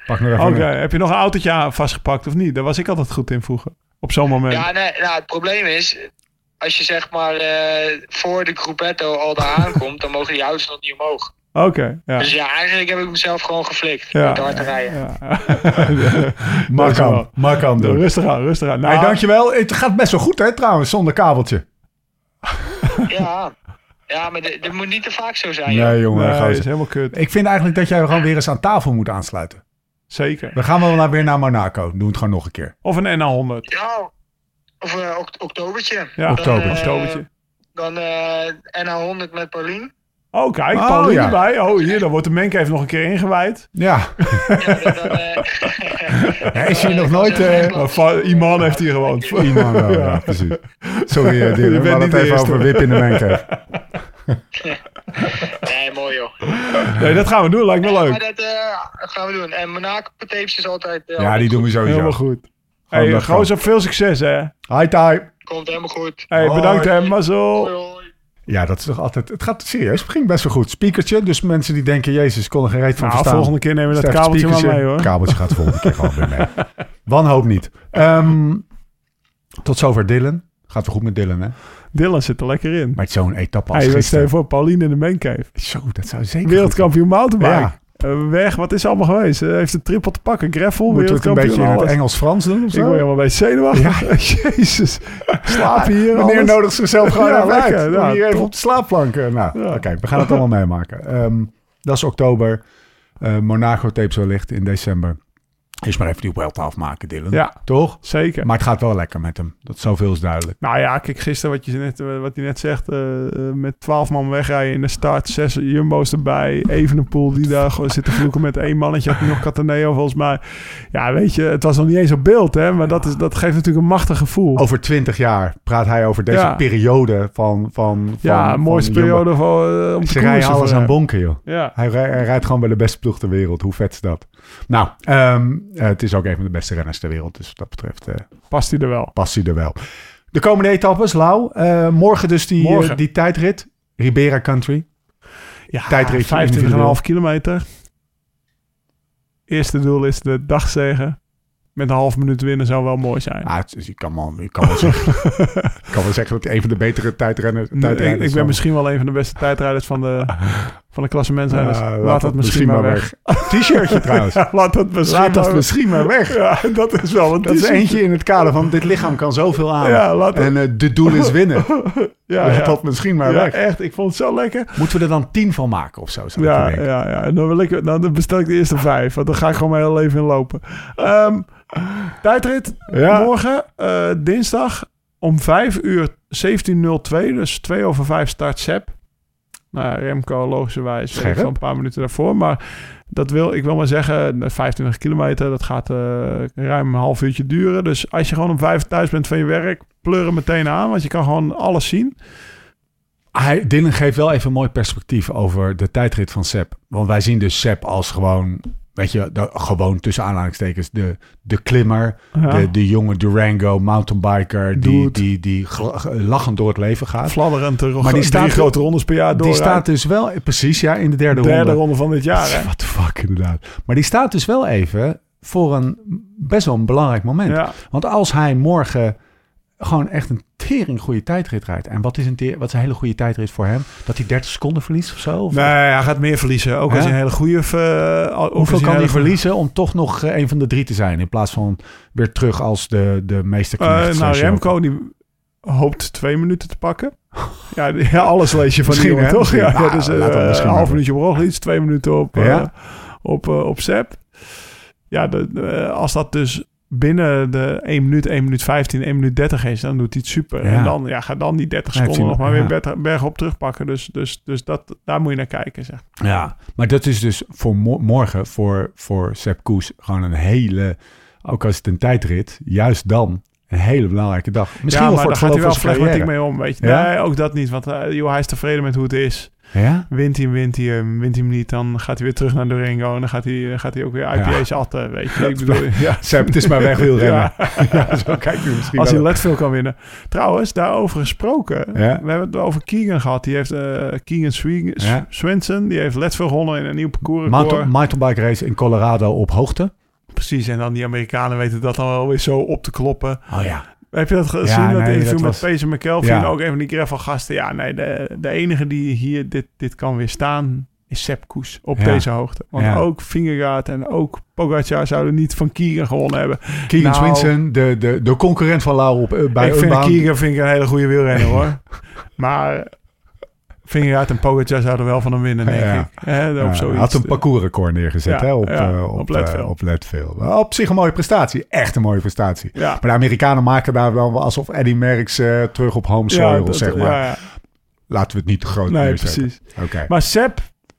Speaker 2: Pak nog even
Speaker 4: Oké,
Speaker 2: een-
Speaker 4: heb je nog een autootje vastgepakt of niet? Daar was ik altijd goed in vroeger. Op zo'n moment.
Speaker 5: Ja, nee, nou, het probleem is, als je zeg maar uh, voor de Gruppetto al daar aankomt, dan mogen die auto's nog niet omhoog.
Speaker 4: Oké, okay, ja.
Speaker 5: Dus ja, eigenlijk heb ik mezelf gewoon geflikt.
Speaker 4: Ja.
Speaker 5: Met hard te rijden.
Speaker 4: Ja.
Speaker 2: Maar kan, maar kan doen.
Speaker 4: Rustig aan, rustig aan. Nou,
Speaker 2: Hey, dankjewel. Het gaat best wel goed, hè, trouwens, zonder kabeltje.
Speaker 5: Ja, ja maar dit, dit moet niet te vaak zo zijn.
Speaker 2: Nee,
Speaker 5: joh.
Speaker 2: jongen.
Speaker 4: Nee,
Speaker 2: gozer.
Speaker 4: dat is helemaal kut.
Speaker 2: Ik vind eigenlijk dat jij gewoon weer eens aan tafel moet aansluiten.
Speaker 4: Zeker.
Speaker 2: We gaan wel naar, weer naar Monaco. Doen we het gewoon nog een keer.
Speaker 4: Of een N A honderd.
Speaker 5: Ja, of uh, oct- oktobertje.
Speaker 4: Ja,
Speaker 2: oktober.
Speaker 5: Dan, uh,
Speaker 4: oktobertje.
Speaker 5: Dan uh, N A honderd met Paulien.
Speaker 4: Oh, kijk,
Speaker 2: Oh,
Speaker 4: Paulien
Speaker 2: ja.
Speaker 4: erbij. Oh, hier, dan wordt de Menk even nog een keer ingewijd.
Speaker 2: Ja.
Speaker 5: Ja, dan, dan, uh,
Speaker 2: Ja, is hier nog
Speaker 5: ik
Speaker 2: nooit,
Speaker 5: was even
Speaker 2: eh,
Speaker 5: in Engeland.
Speaker 4: Uh, Iman heeft hier gewoond.
Speaker 2: Iemand wel, ja. precies. Sorry, uh, Dylan.
Speaker 4: Je
Speaker 2: We
Speaker 4: bent
Speaker 2: hadden
Speaker 4: niet
Speaker 2: het
Speaker 4: de
Speaker 2: even
Speaker 4: eerste.
Speaker 2: over Wip in de Mancave.
Speaker 5: Nee, mooi joh.
Speaker 4: Nee, dat gaan we doen. Lijkt me
Speaker 5: Ja,
Speaker 4: leuk.
Speaker 5: maar dat uh, gaan we doen. En Monaco tapes is altijd... Uh,
Speaker 2: Ja, die doen we sowieso.
Speaker 4: Helemaal goed.
Speaker 2: Gewoon
Speaker 4: Hey,
Speaker 2: dat
Speaker 4: gozer, veel succes, hè.
Speaker 2: Hi, Ty.
Speaker 5: Komt helemaal goed.
Speaker 4: Hey,
Speaker 2: Hoi.
Speaker 4: bedankt, hè. Mazzel.
Speaker 5: Hoi, hoi.
Speaker 2: Ja, dat is toch altijd... Het gaat serieus. Het ging best wel goed. Speakertje. Dus mensen die denken... Jezus, ik kon er geen reet van
Speaker 4: Nou,
Speaker 2: verstaan.
Speaker 4: volgende keer nemen we dat
Speaker 2: Sterk
Speaker 4: kabeltje maar
Speaker 2: speakertje.
Speaker 4: mee, hoor.
Speaker 2: Kabeltje gaat de volgende keer gewoon weer mee. Wanhoop niet. Um, tot zover Dylan. Gaat wel goed met Dylan, hè?
Speaker 4: Dylan zit er lekker in.
Speaker 2: Maar zo'n etappe als
Speaker 4: Hey, stel
Speaker 2: gisteren.
Speaker 4: je voor, Pauline in de Mancave.
Speaker 2: Zo, dat zou zeker
Speaker 4: Wereldkampioen mountainbike.
Speaker 2: Ja.
Speaker 4: Uh, weg, wat is er allemaal geweest? Uh, heeft een triple te pakken, gravel,
Speaker 2: Moeten we het een
Speaker 4: wereldkampioen,
Speaker 2: beetje in het
Speaker 4: alles.
Speaker 2: Engels-Frans doen of
Speaker 4: Ik
Speaker 2: zo?
Speaker 4: word helemaal een beetje zenuwachtig. Jezus. Slaap je hier
Speaker 2: Meneer
Speaker 4: alles?
Speaker 2: nodigt zichzelf gewoon
Speaker 4: Ja,
Speaker 2: even
Speaker 4: lekker.
Speaker 2: uit.
Speaker 4: Ja,
Speaker 2: Om hier even
Speaker 4: top.
Speaker 2: op de slaapplanken. Nou,
Speaker 4: Ja.
Speaker 2: oké, okay, we gaan het allemaal meemaken. Um, dat is oktober. Uh, Monaco tapes wellicht in december. Eerst maar even die Vuelta afmaken, Dylan.
Speaker 4: Ja.
Speaker 2: Toch?
Speaker 4: Zeker.
Speaker 2: Maar het gaat wel lekker met hem. Dat zoveel is duidelijk.
Speaker 4: Nou ja, kijk, gisteren wat, je net, wat hij net zegt, uh, uh, met twaalf man wegrijden in de start, zes jumbo's erbij, Evenepoel die daar gewoon zit te vloeken met één mannetje, had hij nog Cataneo volgens mij. Ja, weet je, het was nog niet eens op beeld, hè, maar dat, is, dat geeft natuurlijk een machtig gevoel.
Speaker 2: Over twintig jaar praat hij over deze
Speaker 4: Ja.
Speaker 2: periode van... van, van
Speaker 4: ja,
Speaker 2: van
Speaker 4: mooiste
Speaker 2: Jumbo.
Speaker 4: periode van, uh, om te
Speaker 2: Ze rijden
Speaker 4: koersen
Speaker 2: alles
Speaker 4: voor
Speaker 2: aan
Speaker 4: hem.
Speaker 2: bonken, joh.
Speaker 4: Ja.
Speaker 2: Hij, rij- hij rijdt gewoon bij de beste ploeg ter wereld. Hoe vet is dat? Nou, um, uh, het is ook een van de beste renners ter wereld. Dus wat dat betreft uh,
Speaker 4: Past hij er wel.
Speaker 2: past hij er wel. De komende etappes, Lau. Uh, morgen dus die,
Speaker 4: Morgen.
Speaker 2: uh, die tijdrit. Ribera Country.
Speaker 4: Ja,
Speaker 2: Tijdritje
Speaker 4: vijfentwintig komma vijf
Speaker 2: individueel.
Speaker 4: kilometer. Eerste doel is de dagzege. Met een half minuut winnen zou wel mooi zijn.
Speaker 2: Ah, het is- je, kan wel, je kan wel zeggen, ik kan wel zeggen dat hij een van de betere tijdrenners
Speaker 4: ik,
Speaker 2: tijdrijders
Speaker 4: ik ben misschien wel een van de beste tijdrijders van de, van de klassementsrijders.
Speaker 2: Uh,
Speaker 4: laat, dat misschien maar weg.
Speaker 2: T-shirtje trouwens.
Speaker 4: Ja, laat dat misschien
Speaker 2: Laat dat
Speaker 4: maar
Speaker 2: misschien maar weg.
Speaker 4: Ja, dat is wel een
Speaker 2: Dat is
Speaker 4: t-shirt.
Speaker 2: eentje in het kader van dit lichaam kan zoveel aan.
Speaker 4: Ja, laat dat-
Speaker 2: en uh, de doel is winnen.
Speaker 4: Ja,
Speaker 2: Laat
Speaker 4: ja.
Speaker 2: dat misschien maar
Speaker 4: Ja,
Speaker 2: weg.
Speaker 4: echt. Ik vond het zo lekker.
Speaker 2: Moeten we er dan tien van maken of zo? Zou ik
Speaker 4: Ja,
Speaker 2: denken.
Speaker 4: ja, ja. En dan, wil ik, dan bestel ik de eerste vijf. Want dan ga ik gewoon mijn hele leven in lopen. Um, tijdrit.
Speaker 2: Ja.
Speaker 4: Morgen, uh, dinsdag, om vijf uur zeventien nul twee. Dus twee over vijf start Sepp. Nou, Remco logischerwijs
Speaker 2: Scherp.
Speaker 4: even een paar minuten daarvoor. Maar dat wil, ik wil maar zeggen, vijfentwintig kilometer. Dat gaat uh, ruim een half uurtje duren. Dus als je gewoon om vijf thuis bent van je werk, pleur hem meteen aan. Want je kan gewoon alles zien.
Speaker 2: Hij, Dylan geeft wel even een mooi perspectief over de tijdrit van Sepp. Want wij zien dus Sepp als gewoon, weet je, de, gewoon tussen aanhalingstekens, de, de klimmer,
Speaker 4: Ja.
Speaker 2: de, de jonge Durango mountainbiker die,
Speaker 4: Dude.
Speaker 2: die, die gl- lachend door het leven gaat.
Speaker 4: Fladderend er
Speaker 2: Maar die staat-
Speaker 4: drie grote rondes per jaar door.
Speaker 2: Die staat dus wel, precies ja, in de derde,
Speaker 4: derde
Speaker 2: ronde.
Speaker 4: ronde van dit jaar. Hè?
Speaker 2: What the fuck, inderdaad. Maar die staat dus wel even voor een best wel een belangrijk moment.
Speaker 4: Ja.
Speaker 2: Want als hij morgen gewoon echt een tering goede tijdrit rijdt. En wat is een, te- wat is een hele goede tijdrit voor hem? Dat hij dertig seconden verliest of zo? Of
Speaker 4: Nee, hij gaat meer verliezen. Ook
Speaker 2: Ja?
Speaker 4: als hij een hele goede... Uh,
Speaker 2: hoeveel kan hij verliezen om toch nog uh, een van de drie te zijn? In plaats van weer terug als de, de meeste
Speaker 4: Uh, nou, Remco die hoopt twee minuten te pakken. Ja, die- ja alles lees je van die
Speaker 2: Misschien,
Speaker 4: jongen,
Speaker 2: hè?
Speaker 4: toch?
Speaker 2: Misschien.
Speaker 4: Ja,
Speaker 2: Nou,
Speaker 4: ja, dus uh,
Speaker 2: laat dat misschien
Speaker 4: een half
Speaker 2: maar.
Speaker 4: minuutje op Roglic, twee minuten op, uh,
Speaker 2: Ja?
Speaker 4: op, uh, op Sepp. Ja, de, de, als dat dus binnen de één minuut, één minuut vijftien, één minuut dertig is, dan doet hij het super.
Speaker 2: Ja.
Speaker 4: En dan ja, ga dan die dertig
Speaker 2: Hij heeft
Speaker 4: seconden nog
Speaker 2: hij-
Speaker 4: maar weer
Speaker 2: ja.
Speaker 4: berg, bergop terugpakken. Dus, dus, dus dat, daar moet je naar kijken, zeg.
Speaker 2: Ja, maar dat is dus voor mo- morgen, voor, voor Sepp Koes, gewoon een hele, ook als het een tijdrit, juist dan een hele belangrijke dag. Misschien
Speaker 4: ja,
Speaker 2: wel
Speaker 4: maar
Speaker 2: voor
Speaker 4: daar
Speaker 2: het
Speaker 4: gaat hij wel
Speaker 2: geloof van zijn
Speaker 4: flegmatiek
Speaker 2: carrière.
Speaker 4: mee om, weet je.
Speaker 2: Ja?
Speaker 4: Nee, ook dat niet. Want uh, joh, hij is tevreden met hoe het is.
Speaker 2: Ja?
Speaker 4: Wint hij hem, wint hij hem. Wint hij hem niet, dan gaat hij weer terug naar Durango. En dan gaat hij, gaat hij ook weer I P A's atten, weet je. Ik bedoel, ja.
Speaker 2: Sepp, het is maar weg wielrennen.
Speaker 4: Ja.
Speaker 2: ja, zo kijk je misschien
Speaker 4: Als
Speaker 2: wel.
Speaker 4: hij Leadville kan winnen. Trouwens, daarover gesproken.
Speaker 2: Ja.
Speaker 4: We hebben het over Keegan gehad. Die heeft uh, Keegan Swi-
Speaker 2: Ja.
Speaker 4: Swenson. Die heeft Leadville gewonnen in een nieuw parcours.
Speaker 2: Mountain, mountainbike race in Colorado op hoogte.
Speaker 4: Precies. En dan die Amerikanen weten dat dan wel weer zo op te kloppen.
Speaker 2: Oh ja.
Speaker 4: Heb je dat gezien?
Speaker 2: Ja,
Speaker 4: dat
Speaker 2: nee,
Speaker 4: interview
Speaker 2: dat
Speaker 4: met
Speaker 2: was-
Speaker 4: Pacer McKelvey
Speaker 2: Ja.
Speaker 4: en ook een van die gravelgasten. Ja, nee, de, de enige die hier dit, dit kan weerstaan is Sepp Kuss op
Speaker 2: Ja.
Speaker 4: deze hoogte. Want
Speaker 2: Ja.
Speaker 4: ook Vingegaard en ook Pogacar zouden niet van Keegan gewonnen hebben.
Speaker 2: Keegan
Speaker 4: Nou,
Speaker 2: Swinson, de, de, de concurrent van Lau op, uh, bij
Speaker 4: ik vind
Speaker 2: Unbound.
Speaker 4: Keegan vind ik een hele goede wielrenner hoor. Maar Vingegaard en Pogacar zouden wel van hem winnen, denk
Speaker 2: Ja.
Speaker 4: ik. Hè, op
Speaker 2: Ja,
Speaker 4: zoiets.
Speaker 2: hij had een parcoursrecord neergezet
Speaker 4: Ja,
Speaker 2: hè, op,
Speaker 4: ja,
Speaker 2: uh,
Speaker 4: op
Speaker 2: op,
Speaker 4: Leadville.
Speaker 2: uh, op Leadville. Maar op zich een mooie prestatie. Echt een mooie prestatie.
Speaker 4: Ja.
Speaker 2: Maar de Amerikanen maken daar wel alsof Eddie Merckx uh, terug op home soil,
Speaker 4: Ja, dat-
Speaker 2: zeg maar.
Speaker 4: ja, ja.
Speaker 2: Laten we het niet te groot
Speaker 4: Nee,
Speaker 2: neerzetten.
Speaker 4: precies.
Speaker 2: Oké.
Speaker 4: Maar Sepp,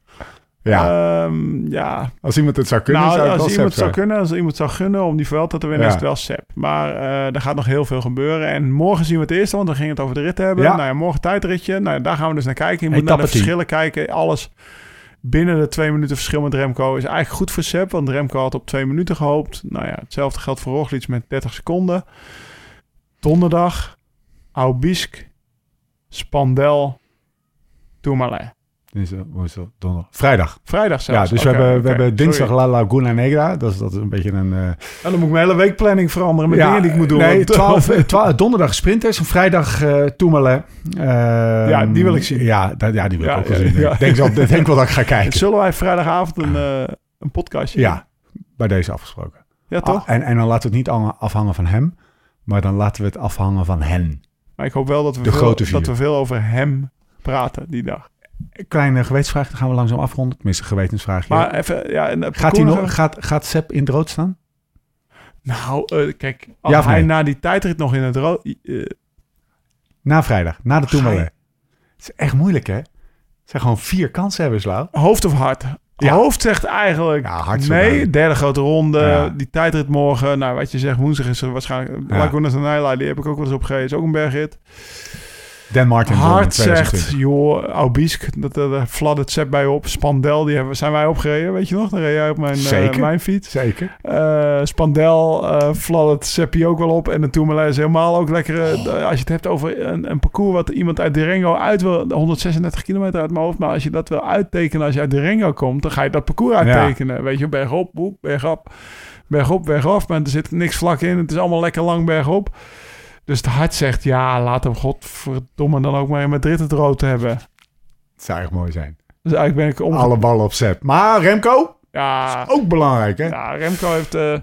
Speaker 2: Ja,
Speaker 4: ehm, ja,
Speaker 2: als iemand het zou kunnen,
Speaker 4: nou,
Speaker 2: zou het wel
Speaker 4: als iemand
Speaker 2: Sepp
Speaker 4: zou
Speaker 2: zijn.
Speaker 4: kunnen, als iemand zou gunnen om die Vuelta te winnen,
Speaker 2: Ja.
Speaker 4: is het wel Sepp. Maar uh, er gaat nog heel veel gebeuren. En morgen zien we het eerste, want we gingen het over de rit hebben.
Speaker 2: Ja.
Speaker 4: Nou ja, morgen tijdritje. Nou, ja, daar gaan we dus naar kijken. Je moet
Speaker 2: Etappe
Speaker 4: naar de
Speaker 2: tien.
Speaker 4: verschillen kijken. Alles binnen de twee minuten verschil met Remco is eigenlijk goed voor Sepp. Want Remco had op twee minuten gehoopt. Nou ja, hetzelfde geldt voor Roglic met dertig seconden. Donderdag, Aubisque, Spandel, Tourmalet.
Speaker 2: Is dat- hoe is dat? Donderdag. Vrijdag.
Speaker 4: Vrijdag zelfs.
Speaker 2: Ja, dus
Speaker 4: Oké,
Speaker 2: we, hebben, we
Speaker 4: oké,
Speaker 2: hebben dinsdag
Speaker 4: sorry.
Speaker 2: La Laguna Negra. Dat is, dat is een beetje een... Uh,
Speaker 4: En dan moet ik mijn hele weekplanning veranderen met dingen die ik moet doen.
Speaker 2: Nee,
Speaker 4: Want-
Speaker 2: twaalf, twaalf, donderdag sprinters. En vrijdag uh, Tourmalet. Uh,
Speaker 4: Ja, die wil ik zien.
Speaker 2: Ja, dat, ja die wil
Speaker 4: Ja,
Speaker 2: ik ook wel
Speaker 4: ja,
Speaker 2: zien.
Speaker 4: ja.
Speaker 2: Ik denk, zo, ik denk wel dat ik ga kijken.
Speaker 4: Zullen wij vrijdagavond een, uh, een podcastje doen?
Speaker 2: Ja, bij deze afgesproken.
Speaker 4: Ja, toch?
Speaker 2: Ah, en, en dan laten we het niet al- afhangen van hem. Maar dan laten we het afhangen van hen.
Speaker 4: Maar ik hoop wel dat we,
Speaker 2: De
Speaker 4: veel,
Speaker 2: grote vier.
Speaker 4: dat we veel over hem praten die dag.
Speaker 2: Kleine gewetensvraag, dan gaan we langzaam afronden. Tenminste, gewetensvraagje.
Speaker 4: Maar even, ja... en, uh,
Speaker 2: gaat, hij
Speaker 4: parcours
Speaker 2: nog, gaat, gaat Sepp in het rood staan?
Speaker 4: Nou, uh, kijk, als
Speaker 2: Ja of
Speaker 4: hij
Speaker 2: nee?
Speaker 4: na die tijdrit nog in het rood... Uh,
Speaker 2: Na vrijdag, na de
Speaker 4: Ga je-
Speaker 2: Tourmalet. Het is echt moeilijk, hè? Het zijn gewoon vier kanshebbers, Lau.
Speaker 4: hoofd of hart?
Speaker 2: Ja.
Speaker 4: Hoofd zegt eigenlijk
Speaker 2: Ja, hart zo
Speaker 4: nee.
Speaker 2: duidelijk.
Speaker 4: Derde grote ronde,
Speaker 2: Ja.
Speaker 4: die tijdrit morgen. Nou, wat je zegt, woensdag is er waarschijnlijk...
Speaker 2: Ja.
Speaker 4: Laguna Nijla, die heb ik ook wel eens opgegeven. Is ook een bergrit.
Speaker 2: Dan Martin. won in
Speaker 4: Hart
Speaker 2: tweeduizend
Speaker 4: zegt,
Speaker 2: twintig.
Speaker 4: joh, Aubisque, dat, dat, daar fladdert Sepp bij op. Spandel, die hebben, zijn wij opgereden, weet je nog? Daar reed jij op mijn, uh,
Speaker 2: Zeker.
Speaker 4: mijn fiets.
Speaker 2: Zeker.
Speaker 4: Uh, Spandel uh, fladdert Seppi ook wel op. En de Tourmalet is helemaal ook lekker. Uh, als je het hebt over een, een parcours wat iemand uit Durango uit wil... honderdzesendertig kilometer uit mijn hoofd. Maar als je dat wil uittekenen als je uit Durango komt... dan ga je dat parcours uittekenen. Weet je, bergop, boep, bergop. Bergop, bergaf. Maar er zit niks vlak in. Het is allemaal lekker lang bergop. Dus het hart zegt... ja, laat hem godverdomme dan ook maar in Madrid het rood hebben.
Speaker 2: Het zou echt mooi zijn.
Speaker 4: Dus eigenlijk ben ik om...
Speaker 2: Alle ballen op Sepp. Maar Remco,
Speaker 4: Ja,
Speaker 2: ook belangrijk, hè?
Speaker 4: ja, Remco heeft... Uh,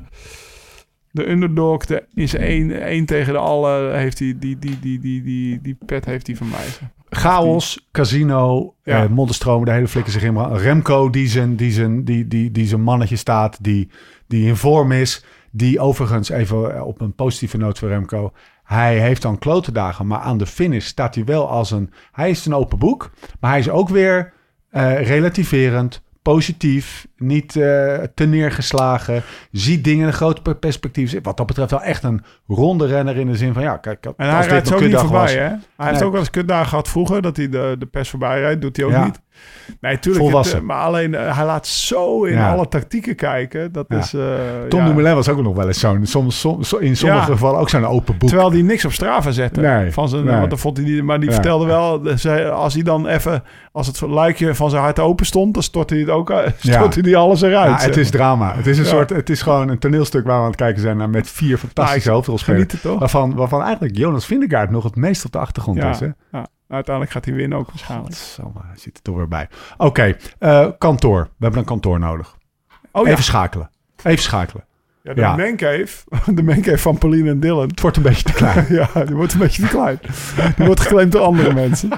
Speaker 4: de underdog, de, is één, één tegen de alle, heeft hij die, die, die, die, die, die pet heeft hij van mij.
Speaker 2: Chaos, Casino,
Speaker 4: Ja.
Speaker 2: eh, Modderstroom, de hele flikker zich in. Remco die zijn, die zijn, die, die, die zijn mannetje staat, die, die in vorm is. Die overigens, even op een positieve noot voor Remco. Hij heeft dan klote dagen, maar aan de finish staat hij wel als een... Hij is een open boek, maar hij is ook weer uh, relativerend, positief, niet uh, te neergeslagen. Ziet dingen in een groot perspectief. Wat dat betreft wel echt een ronde renner in de zin van... ja, kijk, als
Speaker 4: En hij
Speaker 2: dit
Speaker 4: rijdt
Speaker 2: een
Speaker 4: zo niet
Speaker 2: kutdag
Speaker 4: voorbij,
Speaker 2: was,
Speaker 4: hè? Hij heeft
Speaker 2: Nee.
Speaker 4: ook wel eens kutdagen gehad vroeger, dat hij de, de pers voorbij rijdt. Doet hij ook
Speaker 2: Ja.
Speaker 4: niet. Nee, tuurlijk.
Speaker 2: Volwassen.
Speaker 4: Het, uh, maar alleen, uh, hij laat zo in
Speaker 2: Ja.
Speaker 4: alle tactieken kijken. Dat
Speaker 2: Ja.
Speaker 4: is... Uh,
Speaker 2: Tom
Speaker 4: ja.
Speaker 2: Dumoulin was ook nog wel eens zo'n... Soms, soms, in sommige
Speaker 4: Ja.
Speaker 2: gevallen ook zo'n open boek.
Speaker 4: Terwijl hij niks op Strava zette.
Speaker 2: Nee,
Speaker 4: van zijn,
Speaker 2: nee.
Speaker 4: Want dat vond hij niet, maar die
Speaker 2: Ja.
Speaker 4: vertelde wel... dus hij- als hij dan even... Als het luikje van zijn hart open stond... dan stortte hij het ook uit- stortte hij alles eruit.
Speaker 2: Ja, het
Speaker 4: zeg
Speaker 2: is drama. Het is een
Speaker 4: Ja.
Speaker 2: soort... Het is gewoon een toneelstuk waar we aan het kijken zijn naar met vier fantastische
Speaker 4: Nou,
Speaker 2: hoofdrolspelers.
Speaker 4: Genieten toch?
Speaker 2: Waarvan, waarvan eigenlijk Jonas Vingegaard nog het meest op de achtergrond
Speaker 4: Ja.
Speaker 2: is. Hè?
Speaker 4: Ja. Uiteindelijk gaat hij winnen ook waarschijnlijk.
Speaker 2: Godsamme, hij zit er toch weer bij. Oké, okay, uh, kantoor. We hebben een kantoor nodig.
Speaker 4: Oh ja.
Speaker 2: Even schakelen. Even schakelen.
Speaker 4: Ja, de
Speaker 2: Ja.
Speaker 4: mancave, de mancave van Pauline en Dylan.
Speaker 2: Het wordt een beetje te klein.
Speaker 4: Ja, die wordt een beetje te klein. Die wordt geclaimd door andere mensen.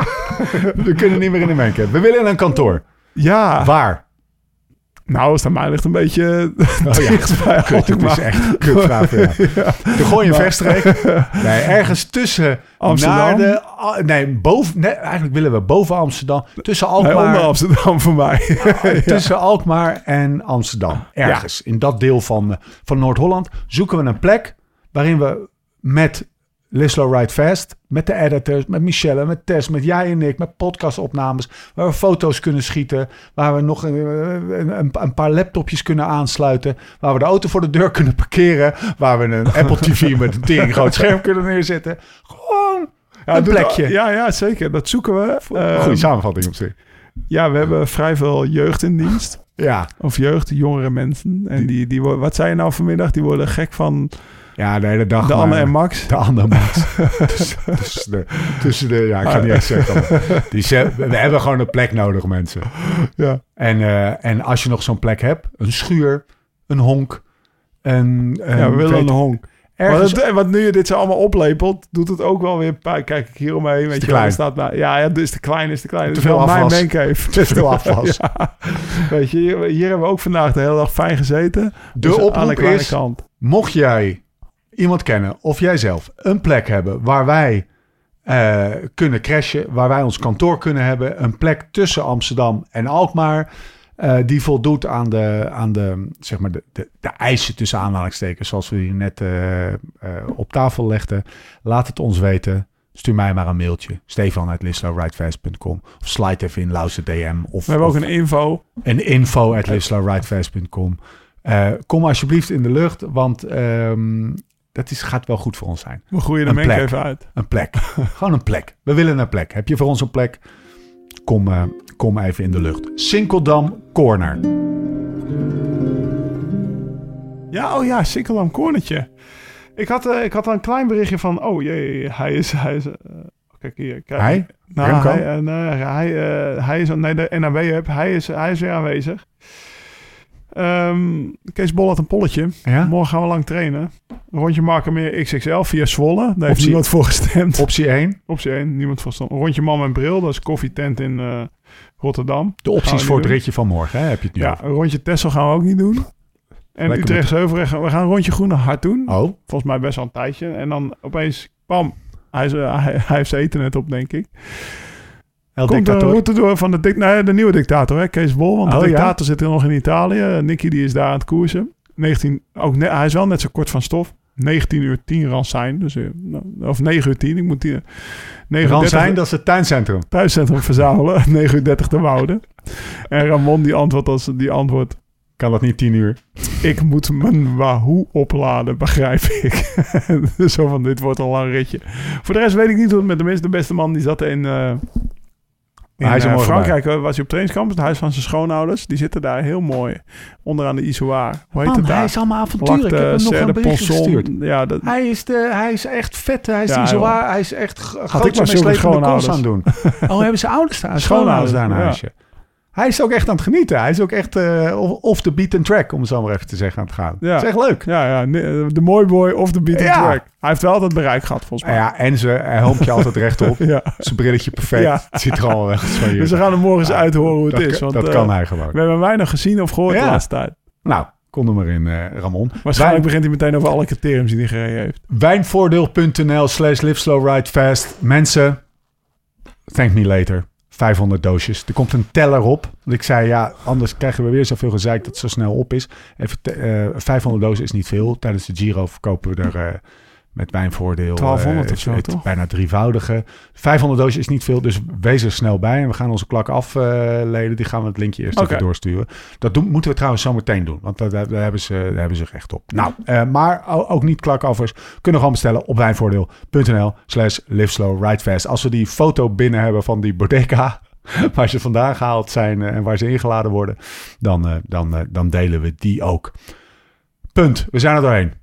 Speaker 2: We kunnen niet meer in de mancave. We willen een kantoor.
Speaker 4: Ja,
Speaker 2: Waar?
Speaker 4: nou, als het aan mij ligt een beetje
Speaker 2: Oh ja,
Speaker 4: dicht bij
Speaker 2: kut, het is
Speaker 4: Alkmaar.
Speaker 2: echt een kutvraag voor jou.
Speaker 4: Ja.
Speaker 2: De gooi je
Speaker 4: Maar-
Speaker 2: verstreek. Nee, ergens tussen
Speaker 4: Amsterdam.
Speaker 2: naar de... Nee, boven, nee, eigenlijk willen we boven Amsterdam. Tussen
Speaker 4: Nee,
Speaker 2: Alkmaar,
Speaker 4: onder Amsterdam voor mij.
Speaker 2: tussen Alkmaar en Amsterdam. Ergens in dat deel van, van Noord-Holland zoeken we een plek waarin we met Live Slow Ride Fast, met de editors, met Michelle, met Tess, met jij en ik, met podcastopnames, waar we foto's kunnen schieten, waar we nog een, een, een paar laptopjes kunnen aansluiten, waar we de auto voor de deur kunnen parkeren, waar we een Apple T V met een tering groot scherm kunnen neerzetten. Gewoon
Speaker 4: ja,
Speaker 2: een plekje.
Speaker 4: Dat, ja, ja, zeker. Dat zoeken we.
Speaker 2: Goeie uh, samenvatting op zich.
Speaker 4: Ja, we hebben vrij veel jeugd in dienst.
Speaker 2: Ja.
Speaker 4: Of jeugd, jongere mensen. En die, die, die wat zei je nou vanmiddag? Die worden gek van...
Speaker 2: Ja, de hele dag.
Speaker 4: De Anne en Max.
Speaker 2: De Anne en Max. tussen, tussen, de, tussen de... Ja, ik ga niet echt zeggen. Die, we hebben gewoon een plek nodig, mensen.
Speaker 4: Ja.
Speaker 2: En, uh, en als je nog zo'n plek hebt, een schuur, een honk, een... een
Speaker 4: ja, we willen
Speaker 2: weet,
Speaker 4: een honk.
Speaker 2: Ergens...
Speaker 4: Want, het, want nu je dit zo allemaal oplepelt, doet het ook wel weer... Kijk ik hier omheen. Weet
Speaker 2: te
Speaker 4: je
Speaker 2: klein.
Speaker 4: Staat bij, ja, ja, dus te klein is te klein.
Speaker 2: Te
Speaker 4: dus
Speaker 2: veel afwas.
Speaker 4: Mijn mancave.
Speaker 2: Te veel afwas.
Speaker 4: Ja. Weet je, hier, hier hebben we ook vandaag de hele dag fijn gezeten.
Speaker 2: De
Speaker 4: dus
Speaker 2: oproep
Speaker 4: aan de kleine
Speaker 2: is,
Speaker 4: kant.
Speaker 2: Mocht jij iemand kennen of jij zelf een plek hebben waar wij uh, kunnen crashen, waar wij ons kantoor kunnen hebben, een plek tussen Amsterdam en Alkmaar, uh, die voldoet aan de, aan de, zeg maar de, de, de eisen tussen aanhalingstekens, zoals we die net uh, uh, op tafel legden. Laat het ons weten. Stuur mij maar een mailtje. Stefan at live slow ride fast punt com of slide even in Lauze D M. Of,
Speaker 4: we hebben
Speaker 2: of
Speaker 4: ook een info.
Speaker 2: Een info at live slow ride fast punt com. Uh, kom alsjeblieft in de lucht, want um, dat is, gaat wel goed voor ons zijn.
Speaker 4: We groeien de menk even uit.
Speaker 2: Een plek. Gewoon een plek. We willen een plek. Heb je voor ons een plek? Kom, uh, kom even in de lucht. Sinkeldam Corner.
Speaker 4: Ja, oh ja, Sinkeldam Cornertje. Ik had, uh, ik had een klein berichtje van... Oh jee, hij is... Hij is uh, kijk hier. Kijk.
Speaker 2: Hij?
Speaker 4: Nou, hij, uh, nee, hij, uh, hij is... Nee, de N A W-hub. Hij is, hij is weer aanwezig. Um, Kees Bol had een polletje.
Speaker 2: Ja?
Speaker 4: Morgen gaan we lang trainen. Een rondje Markermeer X X L via Zwolle. Daar heeft
Speaker 2: Optie,
Speaker 4: niemand voor gestemd.
Speaker 2: Optie één.
Speaker 4: Optie één, niemand voor gestemd. Een rondje Man met Bril. Dat is koffietent in uh, Rotterdam.
Speaker 2: De opties voor het ritje van morgen, hè? Heb je het nu
Speaker 4: Ja, over. Een rondje Texel gaan we ook niet doen. En Lekker Utrecht Zeuverecht, we gaan een rondje Groene Hart doen.
Speaker 2: Oh.
Speaker 4: Volgens mij best wel een tijdje. En dan opeens, bam, hij, is, uh, hij, hij heeft zijn eten net op, denk ik. El Komt dictator. De route door van de, dik, nee, de nieuwe dictator, hè, Kees Bol. Want de oh, dictator ja? zit er nog in Italië. Nicky die is daar aan het koersen. negentien, ook ne- hij is wel net zo kort van stof. negentien uur tien Ransijn. Dus, of negen uur tien. Ik moet die,
Speaker 2: Ransijn, dat is het tuincentrum.
Speaker 4: Tuincentrum verzamelen. negen uur dertig te wouden. En Ramon die antwoordt als die antwoordt.
Speaker 2: Kan dat niet tien uur?
Speaker 4: Ik moet mijn Wahoo opladen, begrijp ik. Zo van, dit wordt een lang ritje. Voor de rest weet ik niet hoe het met de mensen. De beste man die zat in... Uh, In hij is uh, Frankrijk bij. was hij op trainingskamp. Het huis van zijn schoonouders. Die zitten daar heel mooi. Onderaan de Isoar. Hoe heet
Speaker 2: Man,
Speaker 4: het daar?
Speaker 2: Hij is allemaal avonturen. Ik heb hem nog een bericht gestuurd.
Speaker 4: Ja, dat...
Speaker 2: hij, is de, hij is echt vet. Hij is ja, die Isoar. Hij is echt
Speaker 4: groot met slepende kost
Speaker 2: aan doen. Oh, hebben ze ouders daar? Schoonouders daar een huisje. Ja. Hij is ook echt aan het genieten. Hij is ook echt uh, off the beaten track, om het zo maar even te zeggen, aan het gaan. Ja. Dat is echt leuk.
Speaker 4: Ja, ja. De mooi boy off the beaten ja. track. Hij heeft wel altijd bereik gehad, volgens mij.
Speaker 2: Ja, en zijn helmpje altijd rechtop. Ja. Zijn brilletje perfect. Ja. Het ziet er al weg.
Speaker 4: Dus we gaan hem morgen eens ja, uithoren hoe het
Speaker 2: dat,
Speaker 4: is. Want,
Speaker 2: dat uh, kan hij gewoon.
Speaker 4: We hebben weinig gezien of gehoord ja. de laatste tijd.
Speaker 2: Nou, kom er maar in, uh, Ramon.
Speaker 4: Waarschijnlijk Wijn... begint hij meteen over alle criteriums die hij gereden heeft.
Speaker 2: Wijnvoordeel.nl slash live slow ride fast. Mensen, thank me later. vijfhonderd doosjes. Er komt een teller op. Want ik zei, ja, anders krijgen we weer zoveel gezeik dat het zo snel op is. Even te, uh, vijfhonderd dozen is niet veel. Tijdens de Giro verkopen we er uh, met wijnvoordeel
Speaker 4: twaalfhonderd uh, of zo,
Speaker 2: het,
Speaker 4: toch?
Speaker 2: Bijna drievoudige. vijfhonderd doosjes is niet veel, dus wees er snel bij. En we gaan onze klak afleden. Uh, Die gaan we het linkje eerst okay. even doorsturen. Dat doen, moeten we trouwens zo meteen doen. Want daar, daar, hebben, ze, daar hebben ze recht op. Nou, uh, maar ook niet klakaffers. Kunnen gewoon bestellen op wijnvoordeel.nl slash live slow ride fast. Als we die foto binnen hebben van die Bodeca... waar ze vandaan gehaald zijn uh, en waar ze ingeladen worden, dan, uh, dan, uh, dan delen we die ook. Punt. We zijn er doorheen.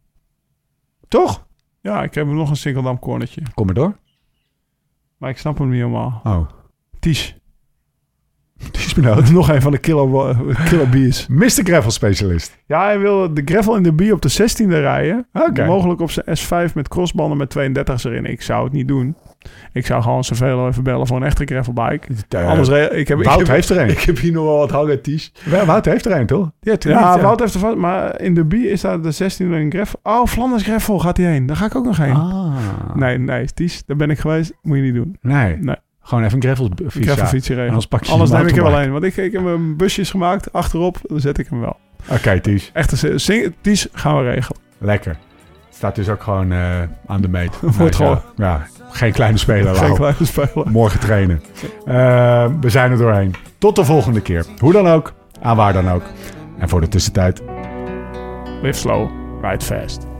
Speaker 2: Toch?
Speaker 4: Ja, ik heb nog een Sinkeldam cornertje.
Speaker 2: Kom maar door.
Speaker 4: Maar ik snap hem niet helemaal.
Speaker 2: Oh.
Speaker 4: Ties.
Speaker 2: Ties benauwd.
Speaker 4: Nog een van de killer, killer bees.
Speaker 2: mister Gravel specialist.
Speaker 4: Ja, hij wil de Gravel in de B op de zestiende rijden.
Speaker 2: Okay.
Speaker 4: Mogelijk op zijn S vijf met crossbanden met tweeëndertig's erin. Ik zou het niet doen. Ik zou gewoon zoveel even bellen voor een echte gravelbike.
Speaker 2: Uh,
Speaker 4: Anders, ik heb,
Speaker 2: Wout
Speaker 4: ik heb,
Speaker 2: heeft er een.
Speaker 4: Ik heb hier nog wel wat hangen, Ties.
Speaker 2: Wout heeft er een, toch?
Speaker 4: Ja, ja Wout heeft er vast. Maar in de B is daar de zestiende een gravel. Oh, Flanders Gravel gaat hij heen. Daar ga ik ook nog heen.
Speaker 2: Ah.
Speaker 4: Nee, nee, Ties. Daar ben ik geweest. Moet je niet doen.
Speaker 2: Nee.
Speaker 4: Nee.
Speaker 2: Gewoon even een gravelfiets.
Speaker 4: Een gravelfietsje regelen.
Speaker 2: Anders,
Speaker 4: Anders neem ik er wel een. Want ik, ik heb mijn busjes gemaakt. Achterop, dan zet ik hem wel.
Speaker 2: Oké, okay, Ties.
Speaker 4: Echte Ties gaan we regelen.
Speaker 2: Lekker. Staat dus ook gewoon uh, aan de meet.
Speaker 4: Wordt
Speaker 2: nou,
Speaker 4: gewoon...
Speaker 2: Ja, geen kleine speler.
Speaker 4: Geen kleine speler.
Speaker 2: Morgen trainen. Uh, we zijn er doorheen. Tot de volgende keer. Hoe dan ook. Aan waar dan ook. En voor de tussentijd.
Speaker 4: Live slow, ride fast.